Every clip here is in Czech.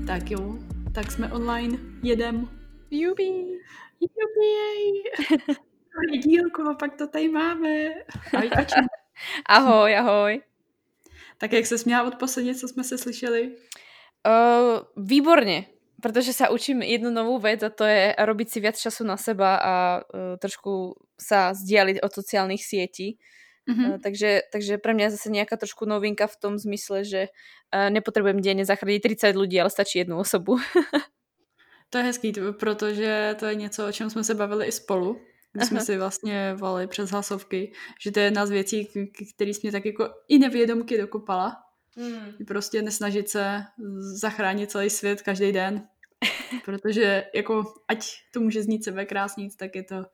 Tak jo, tak jsme online, jedem. Jubi. Dobrý dílko, pak to tady máme. Ahoj, Kačo. Ahoj, ahoj. Tak jak ses měla odposledy, co jsme se slyšeli? Výborne, pretože sa učím jednu novú vec a to je robiť si viac času na seba a trošku sa vzdialiť od sociálnych sietí. Takže pre mňa zase nejaká trošku novinka v tom zmysle, že nepotrebujem denne zachrániť 30 ľudí, ale stačí jednu osobu. To je hezký, protože to je něco, o čem jsme se bavili i spolu, když jsme si vlastně volali přes hlasovky, že to je jedna z věcí, který jsi mě tak jako i nevědomky dokopala. Prostě nesnažit se zachránit celý svět každý den, protože jako ať to může znít sebekrásnic, tak je to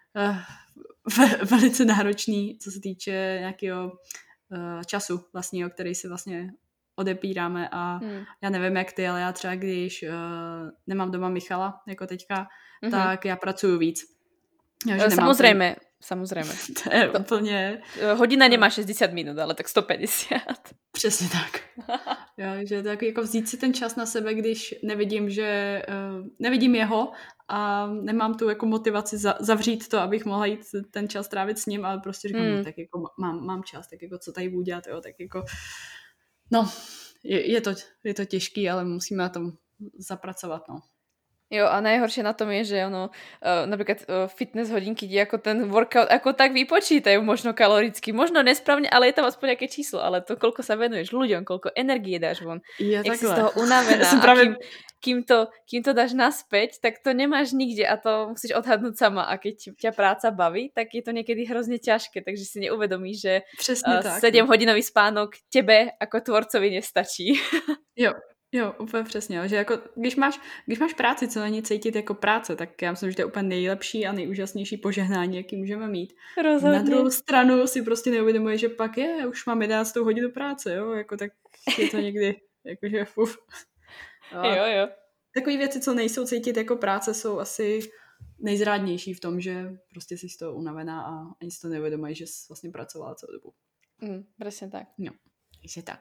velice náročný, co se týče nějakého času vlastního, který si vlastně odepíráme a já nevím jak ty, ale já třeba když nemám doma Michala, jako teďka, tak já pracuju víc. Ja, Samozrejme. To je úplně... Hodina nemá 60 minut, ale tak 150. Přesně tak. Jo, že tak jako vzít si ten čas na sebe, když nevidím, že nevidím jeho a nemám tu jako motivaci zavřít to, abych mohla jít ten čas trávit s ním, ale prostě říkám, no, tak jako mám čas, tak jako co tady budu dělat, jo, tak jako no, je to těžký, ale musíme na tom zapracovat, no. Jo, a najhoršie na tom je, že ono, napríklad fitness hodinky, kde ako ten workout, ako tak vypočítajú možno kaloricky, možno nesprávne, ale je tam aspoň nejaké číslo, ale to, koľko sa venuješ ľuďom, koľko energie dáš von, jak si z toho unavená a kým to dáš naspäť, tak to nemáš nikde a to musíš odhadnúť sama a keď ťa práca baví, tak je to niekedy hrozne ťažké, takže si neuvedomíš, že 7-hodinový spánok tebe ako tvorcovi nestačí. Jo, úplně přesně, že jako když máš práci, co není cítit jako práce, tak já myslím, že to je úplně nejlepší a nejúžasnější požehnání, jaký můžeme mít. Rozhodně. Na druhou stranu si prostě neuvědomuje, že pak už mám 11. hodinu práce, jo, jako tak je to někdy, jakože fuf. Jo. Takové věci, co nejsou cítit jako práce, jsou asi nejzrádnější v tom, že prostě jsi z toho unavená a ani si to neuvědomuje, že jsi vlastně pracovala celou dobu. Presne tak. Jo, takže tak.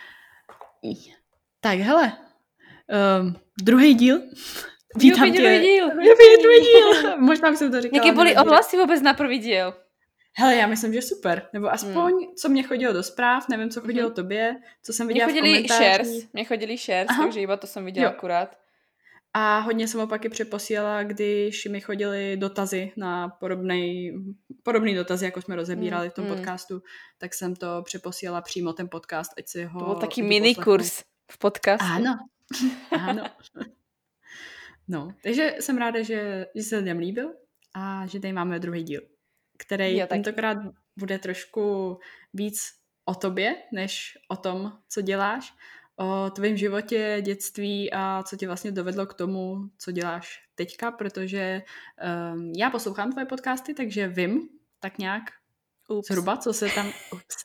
Tak hele, druhý díl. Vítám tě. Druhý díl. Možná bych jsem to říkala. Jaké byly ohlasy vůbec na první díl? Hele, já myslím, že super. Nebo aspoň, co mě chodilo do zpráv, nevím, co chodilo tobě, co jsem viděla v komentářích. Mně chodili shares, takže iba to jsem viděla akurát. A hodně jsem opaky přeposílala, když mi chodily dotazy na podobný dotazy, jako jsme rozebírali v tom podcastu, tak jsem to přeposílala přímo ten podcast, ať si ho... To byl taký minikurs v podcastu. Ano. No, takže jsem ráda, že se lidem líbil a že tady máme druhý díl, který tentokrát bude trošku víc o tobě, než o tom, co děláš, o tvém životě, dětství a co tě vlastně dovedlo k tomu, co děláš teďka, protože já poslouchám tvoje podcasty, takže vím tak nějak zhruba, co se tam...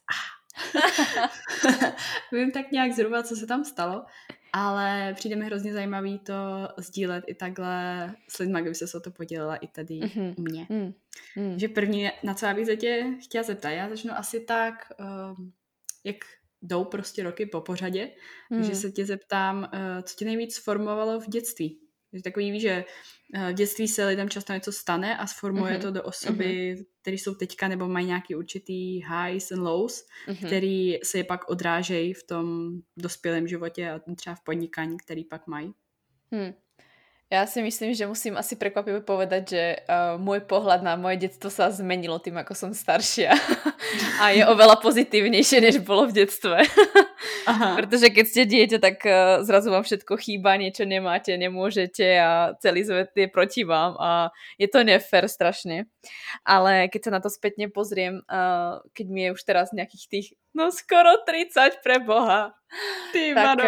Vím tak nějak zhruba, co se tam stalo, ale přijde mi hrozně zajímavý to sdílet i takhle s lidma, kdyby se o to podělila i tady u mě. Že první, na co já bych se tě chtěla zeptat, já začnu asi tak, jak jdou prostě roky po pořadě, takže se tě zeptám, co tě nejvíc formovalo v dětství. Takže takový víš, že v dětství se lidem často něco stane a sformuje to do osoby, které jsou teďka nebo mají nějaký určitý highs and lows, který se je pak odrážejí v tom dospělém životě a třeba v podnikání, který pak mají. Ja si myslím, že musím asi prekvapivo povedať, že môj pohľad na moje detstvo sa zmenilo tým, ako som staršia. A je oveľa pozitívnejšie, než bolo v detstve. Pretože keď ste dieťa, tak zrazu vám všetko chýba, niečo nemáte, nemôžete a celý svet je proti vám a je to nefér strašne. Ale keď sa na to spätne pozriem, keď mi je už teraz nejakých tých, skoro 30 pre Boha. Ty tak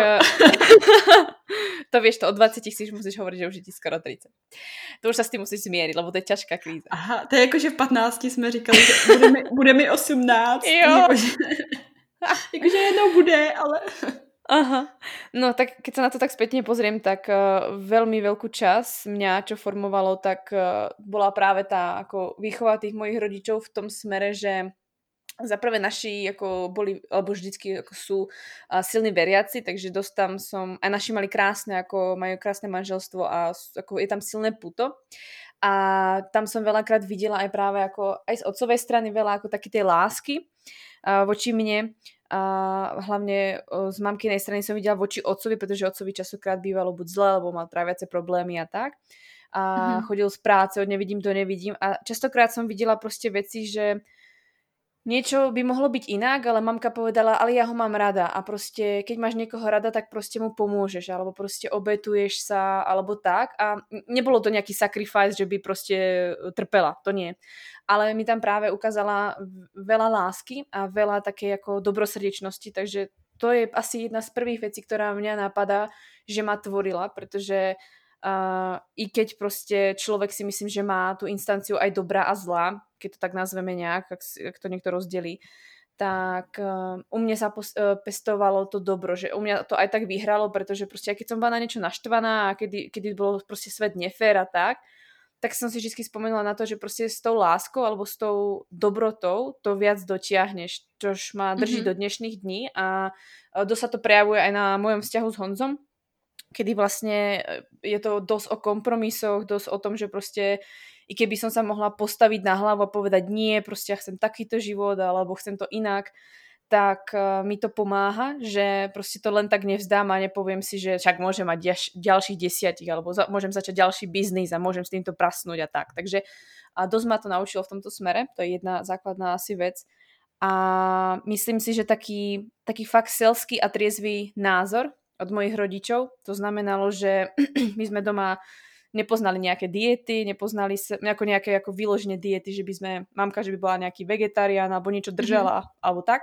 to vieš, to od 20 si už musíš hovoriť, že už je ti skoro 30. To už sa s tým musíš zmieriť, lebo to je ťažká kríza. Aha, to je jako, že v 15 jsme říkali, že bude mi 18. Jo. Jakože jednou bude, ale... Aha. No tak keď sa na to tak spätne pozriem, tak veľmi veľkú časť mňa, čo formovalo, tak bola práve tá ako výchova tých mojich rodičov v tom smere, že Zaprvé naši ako boli, alebo vždycky ako sú silní veriaci, takže dosť tam som, aj naši mali krásne, ako majú krásne manželstvo a ako je tam silné puto. A tam som veľakrát videla aj práve ako, aj z otcovej strany veľa ako také tej lásky voči mne. A hlavne z mamkinej strany som videla voči otcovi, pretože otcovi častokrát bývalo buď zle, alebo mal tráviace problémy a tak. A chodil z práce, od nevidím do nevidím. A častokrát som videla proste veci, že niečo by mohlo byť inak, ale mamka povedala, ale ja ho mám rada a proste keď máš niekoho rada, tak proste mu pomôžeš alebo proste obetuješ sa alebo tak a nebolo to nejaký sacrifice, že by proste trpela, to nie. Ale mi tam práve ukázala veľa lásky a veľa takej ako dobrosrdečnosti, takže to je asi jedna z prvých vecí, ktorá mňa napadá, že ma tvorila, pretože i keď proste človek si myslím, že má tú instanciu aj dobrá a zlá, keď to tak nazveme nejak, ak to niekto rozdelí, tak u mne sa pestovalo to dobro, že u mňa to aj tak vyhralo, pretože proste keď som bola na niečo naštvaná a kedy bolo proste svet nefér a tak som si vždy spomenula na to, že proste s tou láskou alebo s tou dobrotou to viac dotiahneš, čož ma drží do dnešných dní a dosť sa to prejavuje aj na mojom vzťahu s Honzom, kedy vlastne je to dosť o kompromisoch, dosť o tom, že proste i keby som sa mohla postaviť na hlavu a povedať nie, proste ja chcem takýto život alebo chcem to inak, tak mi to pomáha, že proste to len tak nevzdám a nepoviem si, že však môžem mať ďalších 10 alebo môžem začať ďalší biznis a môžem s týmto prasnúť a tak. Takže dosť ma to naučilo v tomto smere, to je jedna základná asi vec. A myslím si, že taký fakt selský a triezvý názor od mojich rodičov. To znamenalo, že my sme doma nepoznali nejaké diety, nepoznali sa nejaké ako výložné diety, že by sme, mamka, že by bola nejaký vegetarián alebo niečo držala, alebo tak.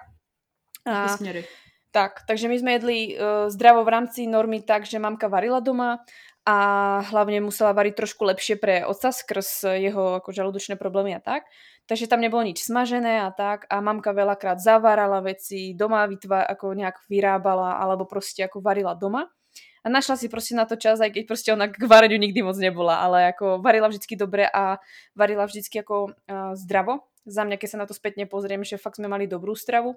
Tak, takže my sme jedli zdravo v rámci normy tak, že mamka varila doma a hlavne musela variť trošku lepšie pre otca skrz jeho ako žalúdočné problémy a tak. Takže tam nebolo nič smažené a tak a mamka veľakrát zavárala veci, doma ako nejak vyrábala alebo proste ako varila doma. A našla si proste na to čas, aj keď proste ona k vareniu nikdy moc nebola, ale ako varila vždycky dobre a varila vždycky ako zdravo. Za mňa, keď sa na to spätne pozriem, že fakt sme mali dobrú stravu.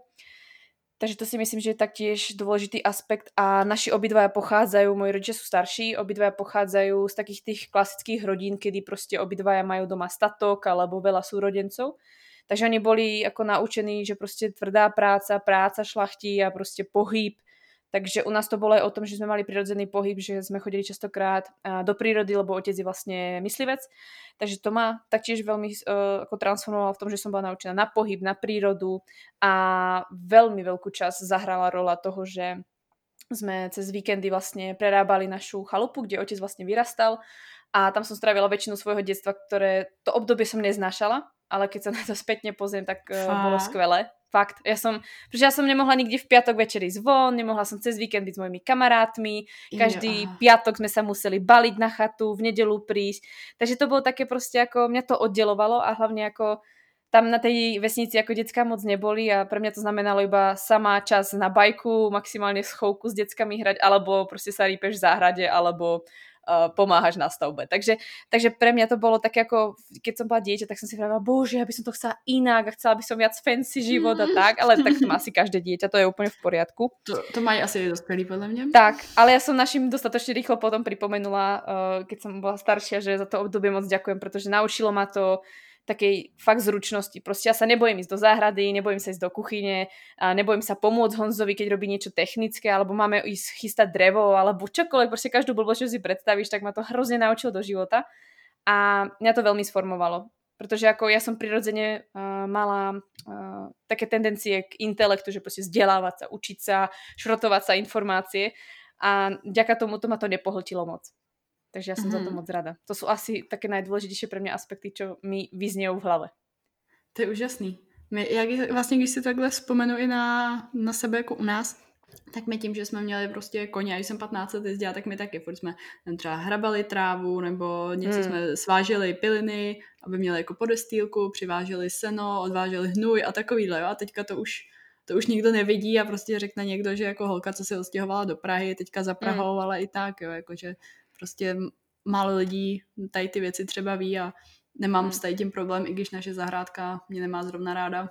Takže to si myslím, že je taktiež dôležitý aspekt a naši obidvaja pochádzajú, moji rodičia sú starší, obidvaja pochádzajú z takých tých klasických rodín, kedy proste obidvaja majú doma statok alebo veľa súrodencov. Takže oni boli ako naučení, že proste tvrdá práca šlachtí a proste pohyb. Takže u nás to bolo aj o tom, že sme mali prirodzený pohyb, že sme chodili častokrát do prírody, lebo otec je vlastne myslivec. Takže to ma taktiež veľmi ako transformovalo v tom, že som bola naučená na pohyb, na prírodu a veľmi veľkú časť zahrala rola toho, že sme cez víkendy vlastne prerábali našu chalupu, kde otec vlastne vyrastal a tam som strávila väčšinu svojho detstva, ktoré to obdobie som neznášala, ale keď sa na to spätne pozriem, tak bolo skvelé. Fakt, ja som nemohla nikde v piatok večer ísť von, nemohla som cez víkend byť s mojimi kamarátmi, každý piatok sme sa museli baliť na chatu, v nedeľu prísť, takže to bolo také proste ako, mňa to oddelovalo a hlavne ako tam na tej vesnici ako decká moc neboli a pre mňa to znamenalo iba sama čas na bajku, maximálne schovku s deckami hrať, alebo proste sa rýpeš v záhrade, alebo pomáhaš na stavbe. Takže pre mňa to bolo také ako, keď som bola dieťa, tak som si vravila, bože, ja by som to chcela inak a chcela by som viac fancy život a tak, ale tak to má asi každé dieťa, to je úplne v poriadku. To mají asi dospelí, podľa mňa. Tak, ale ja som našim dostatočne rýchlo potom pripomenula, keď som bola staršia, že za to obdobie moc ďakujem, pretože naučilo ma to takej fakt zručnosti. Proste ja sa nebojím ísť do záhrady, nebojím sa ísť do kuchyne, a nebojím sa pomôcť Honzovi, keď robí niečo technické, alebo máme ísť chystať drevo, alebo čokoľvek, proste každú blbosť, čo si predstavíš, tak ma to hrozne naučilo do života. A mňa to veľmi sformovalo. Pretože ako ja som prirodzene mala také tendencie k intelektu, že proste vzdelávať sa, učiť sa, šrotovať sa informácie a vďaka tomu to ma to nepohltilo moc. Takže ja som za to moc rada. To sú asi také najdôležitejšie pre mňa aspekty, čo mi vyzniejú v hlave. To je úžasný. Vlastně, když si takhle vzpomenu i na sebe jako u nás, tak my tím, že jsme měli prostě koně, a když jsem 15 let jezdila, tak my taky furt jsme třeba hrabali trávu, nebo něco jsme sváželi piliny, aby měli jako podestýlku, přiváželi seno, odváželi hnůj a takovýhle, jo. A teďka to už nikdo nevidí a prostě řekne někdo, že jako holka, co se odstěhovala do Prahy, teďka za Prahou, ale i tak, jo, jakože prostě málo lidí tady ty věci třeba ví a Nemám s tím problém, i když naše zahrádka mě nemá zrovna ráda.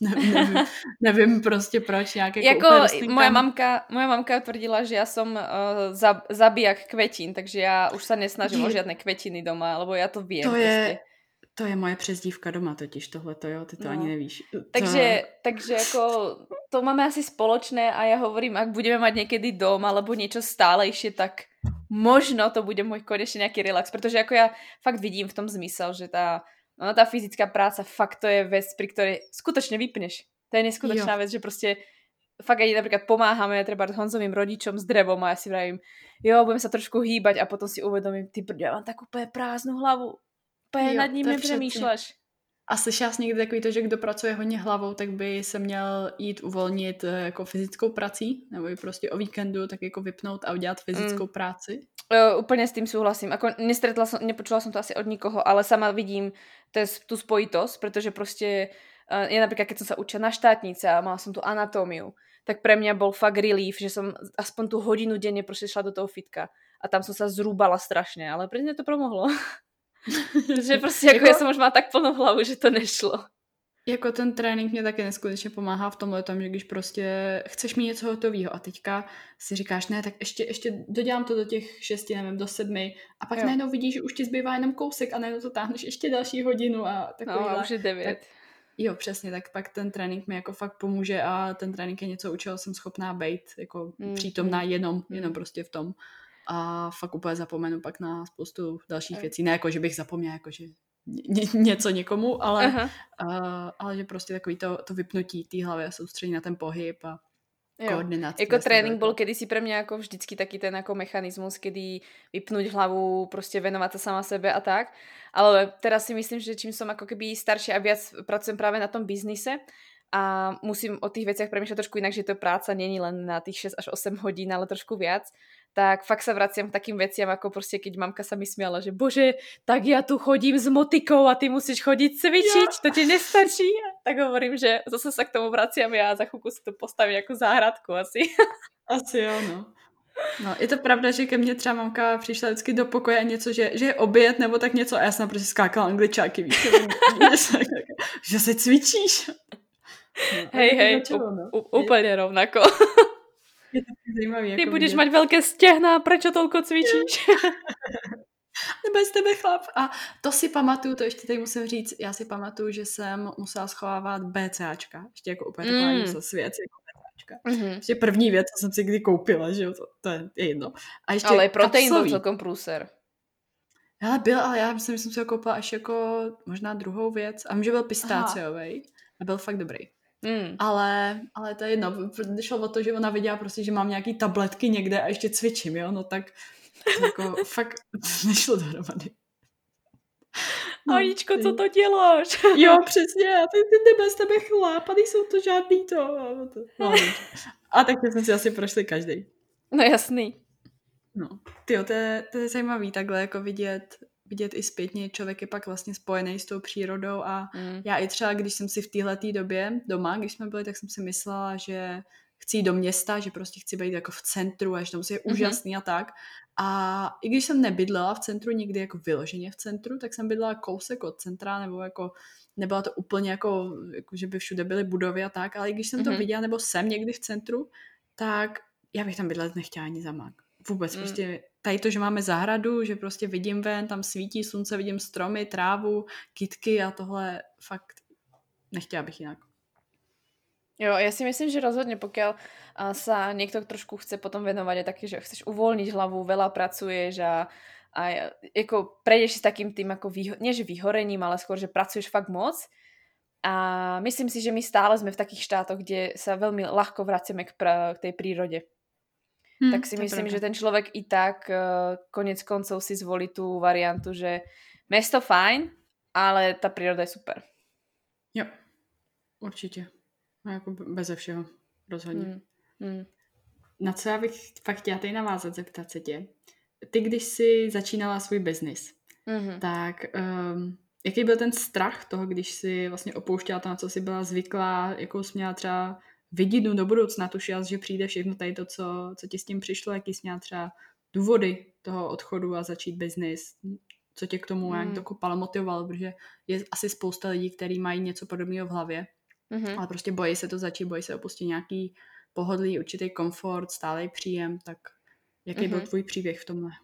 Nevím prostě proč, nějak jako moja mamka tvrdila, že ja som zabijak kvetín, takže ja už sa nesnažím o žiadne kvetiny doma, lebo ja to viem. To je moje přezdívka doma totiž tohleto, jo, ty to ani nevíš. Takže jako to máme asi spoločné a ja hovorím, ak budeme mať niekedy dom alebo niečo stálejšie, tak možno to bude môj konečne nejaký relax, pretože ako ja fakt vidím v tom zmysel, že tá fyzická práca fakt to je vec, pri ktorej skutočne vypneš. To je neskutočná vec, že proste fakt aj napríklad pomáhame treba Honzovým rodičom s drevom a ja si vravím, budem sa trošku hýbať a potom si uvedomím, ja mám tak úplne prázdnu hlavu. Nad ním nepřemýšleš. A slyšela jsi někdy takový to, že kdo pracuje hodně hlavou, tak by se měl jít uvolnit jako fyzickou prací, nebo i prostě o víkendu tak jako vypnout a udělat fyzickou práci? Úplne s tým súhlasím. Ako nepočula som to asi od nikoho, ale sama vidím tú spojitosť, pretože proste ja napríklad, keď som sa učila na štátnice a mala som tú anatómiu, tak pre mňa bol fakt relief, že som aspoň tú hodinu denne proste šla do toho fitka a tam som sa zrúbala strašne, ale pre mňa to pomohlo. Že prostě jako já jsem už má tak plnou hlavu, že to nešlo. Jako ten trénink mě taky neskutečně pomáhá v tomhle tom, že když prostě chceš mít něco hotového a teďka si říkáš, ne, tak ještě dodělám to do těch 6, nevím, do 7 a pak najednou vidíš, že už ti zbývá jenom kousek a najednou to táhneš ještě další hodinu a takovýhle. No, už je 9. Tak, jo, přesně, tak pak ten trénink mi jako fakt pomůže a ten trénink je něco, u čeho jsem schopná být jako přítomná jenom prostě v tom. A fakt úplně zapomenu pak na spoustu dalších věcí. Ne jako, že bych zapomněla, jako, že něco někomu, ale že prostě takový to vypnutí té hlavy a soustředí na ten pohyb a koordinaci. Jako trénink bol kedysi pre mňa ako vždycky taký ten ako mechanizmus, kedy vypnúť hlavu, proste venovať sa sama sebe a tak. Ale teraz si myslím, že čím som ako keby staršia a viac pracujem práve na tom biznise a musím o tých veciach premýšľať trošku inak, že to práca není len na tých 6 až 8 hodín, ale trošku viac, tak fakt sa vraciam k takým veciam, ako proste keď mamka sa mi smiala, že bože, tak ja tu chodím s motikou a ty musíš chodiť cvičiť, to ti nestačí? Tak hovorím, že zase sa k tomu vraciam ja a za chvíľku si to postavím ako záhradku asi. Asi jo, no. No, je to pravda, že ke mně třeba mamka přišla vždycky do pokoje a něco, že je oběd nebo tak něco a já jsem prostě skákala angličáky, víš, že se cvičíš. No, hej, úplne rovnako. Je to zajímavý. Ty budeš mať veľké stehna, prečo toľko cvičíš? Nebo z tebe chlap. A to si pamatuju, to ještě tady musím říct, já si pamatuju, že jsem musela schovávat BCAčka. Ještě jako úplně taková svět, jako BCAčka. Ještě první věc, co jsem si kdy koupila, že jo, to je jedno. A ještě ale protein byl celkom průser. Hele, byl, ale já myslím, že jsem si ho koupila až jako možná druhou věc. A že byl pistáciovej. A byl fakt dobrý. Ale to je jedno. Šlo o to, že ona viděla prostě, že mám nějaký tabletky někde a ještě cvičím, jo, no tak jako fakt nešlo dohromady. No, Aničko, co to děláš? Jo, přesně, ty nebe z tebe chláp, a nejsou to žádný to. No, a tak jsme si asi prošli každý. No jasný. No, tyjo, to je zajímavý takhle jako vidět i zpětně, člověk je pak vlastně spojený s tou přírodou a já i třeba, když jsem si v téhletý době doma, když jsme byli, tak jsem si myslela, že chci jít do města, že prostě chci být jako v centru a že tam je úžasný a tak. A i když jsem nebydlela v centru nikdy jako vyloženě v centru, tak jsem bydlela kousek od centra, nebo jako nebyla to úplně jako že by všude byly budovy a tak, ale i když jsem to viděla, nebo jsem někdy v centru, tak já bych tam bydlet nechtěla ani za mák. Vůbec prostě tady to, že máme zahradu, že prostě vidím ven, tam svítí slunce, vidím stromy, trávu, kytky a tohle fakt nechtěla bych jinak. Jo, ja si myslím, že rozhodne, pokiaľ sa niekto trošku chce potom venovať aj také, že chceš uvoľniť hlavu, veľa pracuješ a ako prejdeš si s takým tým ako nie že vyhorením, ale skôr, že pracuješ fakt moc. A myslím si, že my stále sme v takých štátoch, kde sa veľmi ľahko vraciame k tej prírode. Tak si myslím, že ten človek i tak konec koncov si zvolí tú variantu, že mesto fajn, ale ta príroda je super. Jo, určitě. No, jako beze všeho, rozhodně. Na co já bych fakt chtěla tady navázat, zeptat se tě. Ty, když jsi začínala svůj biznis, tak jaký byl ten strach toho, když jsi vlastně opouštěla to, na co jsi byla zvyklá, jakou jsi měla třeba vidinu do budoucna, tušila, že přijde všechno tady to, co ti s tím přišlo, jaký jsi měla třeba důvody toho odchodu a začít biznis. co tě k tomu nějak dokopalo, motivovalo, protože je asi spousta lidí, kteří mají něco podobného v hlavě, ale prostě bojí se to začít, bojí se opustit nějaký pohodlí, určitý komfort, stálej příjem, tak jaký byl tvůj příběh v tomhle?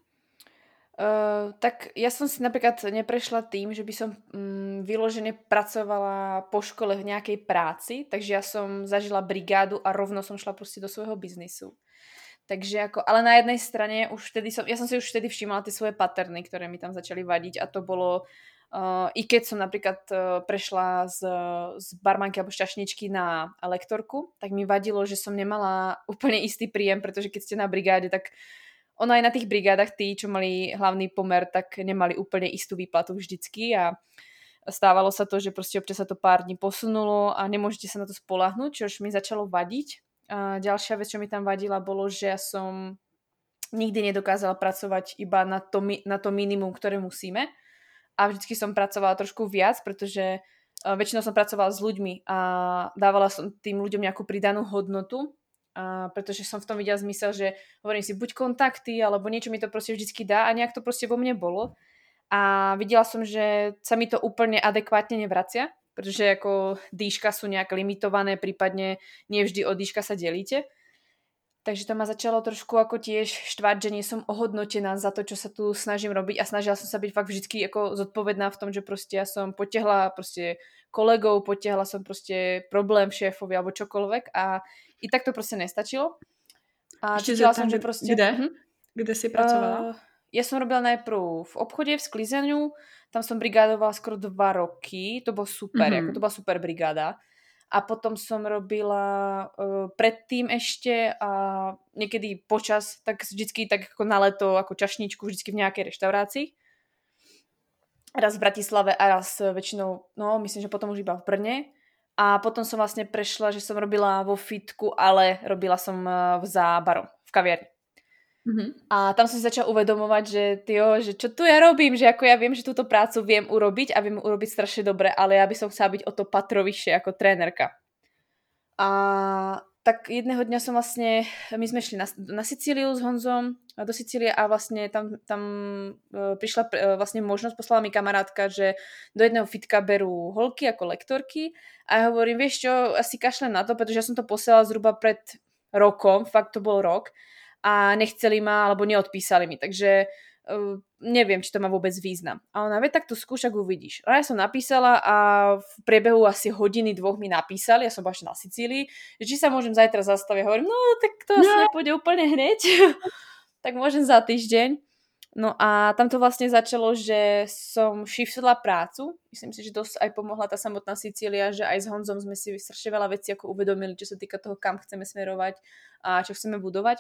Tak ja som si napríklad neprešla tým, že by som vyložene pracovala po škole v nejakej práci, takže ja som zažila brigádu a rovno som šla proste do svojho biznisu. Takže ako, ale na jednej strane už vtedy ja som si už vtedy všímala tie svoje paterny, ktoré mi tam začali vadiť a to bolo i keď som napríklad prešla z barmanky alebo šťašničky na lektorku, tak mi vadilo, že som nemala úplne istý príjem, pretože keď ste na brigáde, tak ono aj na tých brigádach tí, čo mali hlavný pomer, tak nemali úplne istú výplatu vždycky a stávalo sa to, že proste občas sa to pár dní posunulo a nemôžete sa na to spoľahnúť, čož mi začalo vadiť. A ďalšia vec, čo mi tam vadila, bolo, že ja som nikdy nedokázala pracovať iba na to minimum, ktoré musíme a vždycky som pracovala trošku viac, pretože väčšinou som pracovala s ľuďmi a dávala som tým ľuďom nejakú pridanú hodnotu, pretože som v tom videla zmysel, že hovorím si buď kontakty, alebo niečo mi to proste vždycky dá a nejak to proste vo mne bolo. A videla som, že sa mi to úplne adekvátne nevracia, pretože ako dýška sú nejak limitované, prípadne nie vždy od dýška sa delíte. Takže to ma začalo trošku ako tiež štvať, že nie som ohodnotená za to, čo sa tu snažím robiť a snažila som sa byť fakt vždycky ako zodpovedná v tom, že proste ja som potiahla proste kolegov, potiahla som proste problém šéfovi alebo čokoľvek a i tak to proste nestačilo. A cítila som, že proste... Kde si pracovala? Ja som robila najprv v obchode, v sklizaniu, tam som brigádovala skoro 2 roky, to bolo super, ako to bola super brigáda. A potom som robila predtým ešte a niekedy počas, tak vždycky tak ako na leto, ako čašničku, vždycky v nejakej reštaurácii. Raz v Bratislave a raz väčšinou, no myslím, že potom už iba v Brne. A potom som vlastne prešla, že som robila vo fitku, ale robila som za barom, v kaviarni. A tam som si začala uvedomovať, že čo tu ja robím, že ako ja viem, že túto prácu viem urobiť a viem urobiť strašne dobre, ale ja by som chcela byť o to patro vyššie ako trénerka. A tak jedného dňa som vlastne, my sme šli na Sicíliu s Honzom, do Sicílie a vlastne tam prišla vlastne možnosť, poslala mi kamarátka, že do jedného fitka berú holky ako lektorky a ja hovorím, vieš čo, asi kašlem na to, pretože ja som to posielala zhruba pred rokom, fakt to bol rok a nechceli ma, alebo neodpísali mi, takže neviem, či to má vôbec význam. A ona, tak to skúšak uvidíš. A ja som napísala a v priebehu asi hodiny, 2 mi napísali, ja som bola ešte na Sicílii, že či sa môžem zajtra zastaviť. Hovorím, no tak to asi nepôjde úplne hneď, tak môžem za týždeň. No a tam to vlastne začalo, že som shiftila prácu. Myslím si, že dosť aj pomohla tá samotná Sicília, že aj s Honzom sme si strašne veľa vecí ako uvedomili, čo sa týka toho, kam chceme smerovať a čo chceme budovať.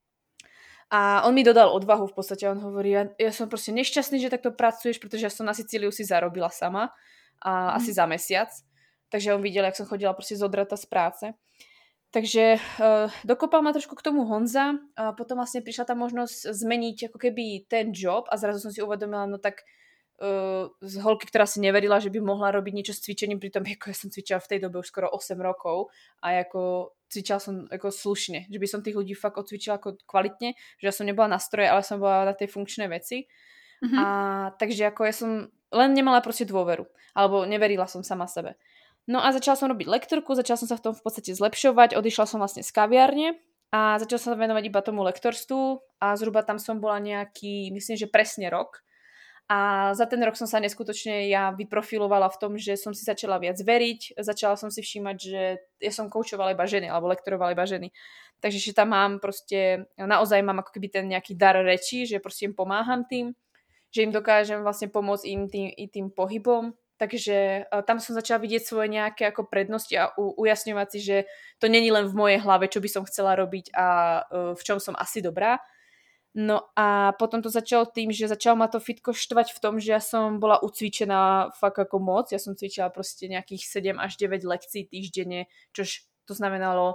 A on mi dodal odvahu v podstate, on hovorí, ja som proste nešťastný, že takto pracuješ, pretože ja som na Sicíliu si zarobila sama a asi za mesiac, takže on videl, jak som chodila proste zodrata z práce. Takže dokopal ma trošku k tomu Honza a potom vlastne prišla tá možnosť zmeniť ako keby ten job a zrazu som si uvedomila, no tak z holky, ktorá si neverila, že by mohla robiť niečo s cvičením, pritom ako ja som cvičila v tej dobe už skoro 8 rokov a ako cvičila som ako slušne, že by som tých ľudí fakt odcvičila ako kvalitne, že ja som nebola na stroje, ale som bola na tej funkčné veci. A takže ako ja som len nemala proste dôveru, alebo neverila som sama sebe. No a začala som robiť lektorku, začala som sa v tom v podstate zlepšovať, odišla som vlastne z kaviarne a začala som venovať iba tomu lektorstvu a zhruba tam som bola nejaký, myslím, že presne rok. A za ten rok som sa neskutočne ja vyprofilovala v tom, že som si začala viac veriť, začala som si všímať, že ja som koučovala iba ženy, alebo lektorovala iba ženy. Takže že tam mám proste, naozaj mám ako keby ten nejaký dar rečí, že proste im pomáham tým, že im dokážem vlastne pomôcť im tým pohybom. Takže tam som začala vidieť svoje nejaké ako prednosti a ujasňovať si, že to není len v mojej hlave, čo by som chcela robiť a v čom som asi dobrá. No a potom to začalo tým, že začalo ma to fitko štvať v tom, že ja som bola ucvičená fakt ako moc. Ja som cvičila proste nejakých 7 až 9 lekcií týždenne, čož to znamenalo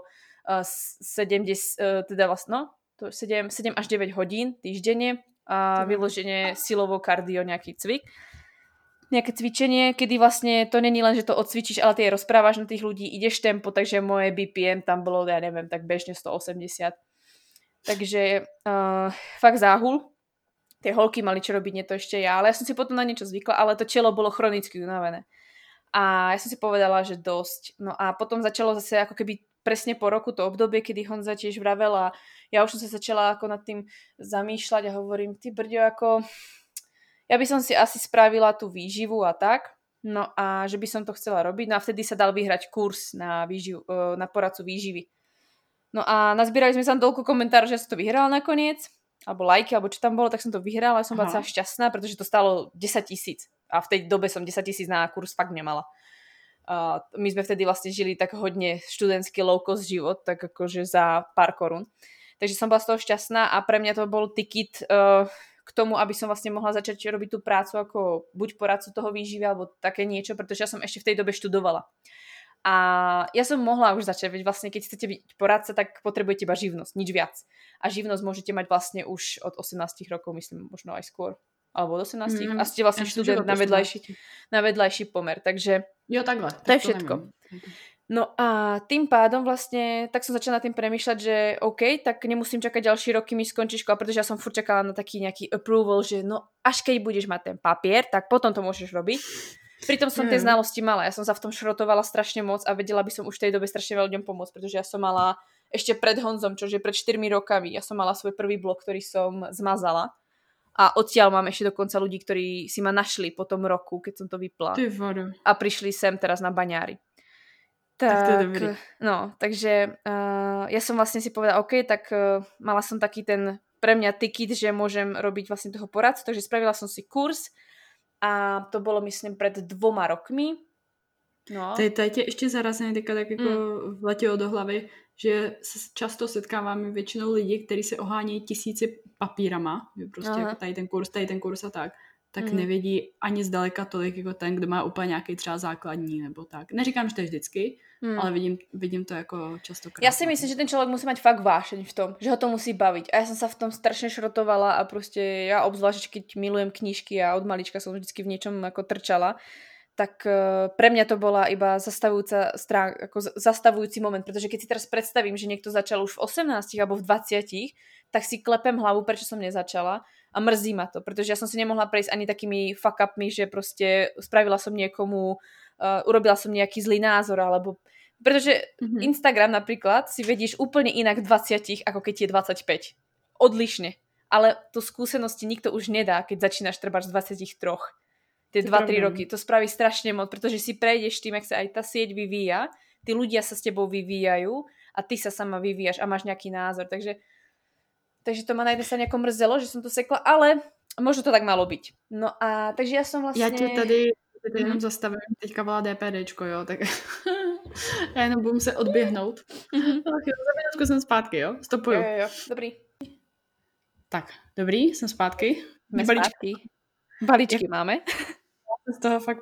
7 až 9 hodín týždenne a vyloženie silovo kardio nejaký cvik. Nejaké cvičenie, kedy vlastne to není len, že to odcvičíš, ale ty rozprávaš na tých ľudí, ideš tempo, takže moje BPM tam bolo, ja neviem, tak bežne 180. Takže fakt záhul. tie holky mali čo robiť, nie to ešte ja, ale ja som si potom na niečo zvykla, ale to telo bolo chronicky unavené. A ja som si povedala, že dosť. No a potom začalo zase ako keby presne po roku to obdobie, kedy Honza tiež vravel a ja už som sa začala ako nad tým zamýšľať a hovorím, ty brďo, ako ja by som si asi spravila tú výživu a tak, no a že by som to chcela robiť, no a vtedy sa dal vyhrať kurz na poradcu výživy. No a nazbierali sme sa toľko komentárov, že som to vyhrala nakoniec, alebo lajky, alebo čo tam bolo, tak som to vyhrala a som bola celá šťastná, pretože to stalo 10 000 a v tej dobe som 10 000 na kurz fakt nemala. My sme vtedy vlastne žili tak hodne študentský low cost život, tak akože za pár korún. Takže som bola z toho šťastná a pre mňa to bol tiket k tomu, aby som vlastne mohla začať robiť tú prácu ako buď poradcu toho výživy, alebo také niečo, pretože ja som ešte v tej dobe študovala. A ja som mohla už začať, veď vlastne keď chcete byť poradca, tak potrebujete iba živnosť, nič viac. A živnosť môžete mať vlastne už od 18 rokov, myslím, možno aj skôr. Alebo od 18 a ste vlastne študent na vedľajší pomer. Takže jo, takhle. To je všetko. No a tým pádom vlastne, tak som začala nad tým premýšľať, že OK, tak nemusím čakať ďalší rok, kým mi skončí škola, pretože ja som furt čakala na taký nejaký approval, že no až keď budeš mať ten papier, tak potom to môžeš robiť. Pritom som tie znalosti mala, ja som sa v tom šrotovala strašne moc a vedela by som už v tej dobe strašne veľa ľuďom pomôcť, pretože ja som mala ešte pred Honzom, čože pred 4 rokami, ja som mala svoj prvý blog, ktorý som zmazala. A odtiaľ mám ešte dokonca ľudí, ktorí si ma našli po tom roku, keď som to vypla. A prišli sem teraz na baňári. Tak to je dobrý. No, takže ja som vlastne si povedala, OK, tak mala som taký ten pre mňa tiket, že môžem robiť vlastne toho poradcu, takže spravila som si kurz a to bolo, myslím, pred 2 rokmi. No. Tady tě ještě zarazně teďka tak jako vletělo do hlavy, že se často setkáváme většinou lidi, kteří se ohánějí tisíci papírama, že prostě jako tady ten kurz a tak nevědí ani zdaleka tolik jako ten, kdo má úplně nějaký třeba základní nebo tak. Neříkám, že to je vždycky, ale vidím to jako častokrát. Ja si myslím, že ten človek musí mať fakt vášeň v tom, že ho to musí baviť. A ja som sa v tom strašne šrotovala a proste ja obzvlášť, keď milujem knižky a od malička som vždycky v niečom ako trčala, tak pre mňa to bola iba zastavujúci moment, pretože keď si teraz predstavím, že niekto začal už v 18 alebo v 20, tak si klepem hlavu, prečo som nezačala a mrzí ma to, pretože ja som si nemohla prejsť ani takými fuck upmi, že proste spravila som niekomu, urobila som nejaký zlý názor, alebo pretože Instagram napríklad si vedíš úplne inak v 20, ako keď je 25. Odlišne. Ale tú skúsenosti nikto už nedá, keď začínaš trebárs z 23. Tie 2-3 roky. To spraví strašne moc, pretože si prejdeš tým, jak sa aj tá sieť vyvíja, tí ľudia sa s tebou vyvíjajú a ty sa sama vyvíjaš a máš nejaký názor. Takže to ma na jednej strane ako mrzelo, že som to sekla, ale možno to tak malo byť. No a takže ja som vlastne... Ja tě tady jenom zastavím, teďka volá DPDčko, jo, tak já jenom budu muset odběhnout. Ach jo, za minutku jsem zpátky, jo, stopuju. Jo, dobrý. Tak, dobrý, jsem zpátky. Jsme zpátky. Balíčky máme. Já jsem z toho fakt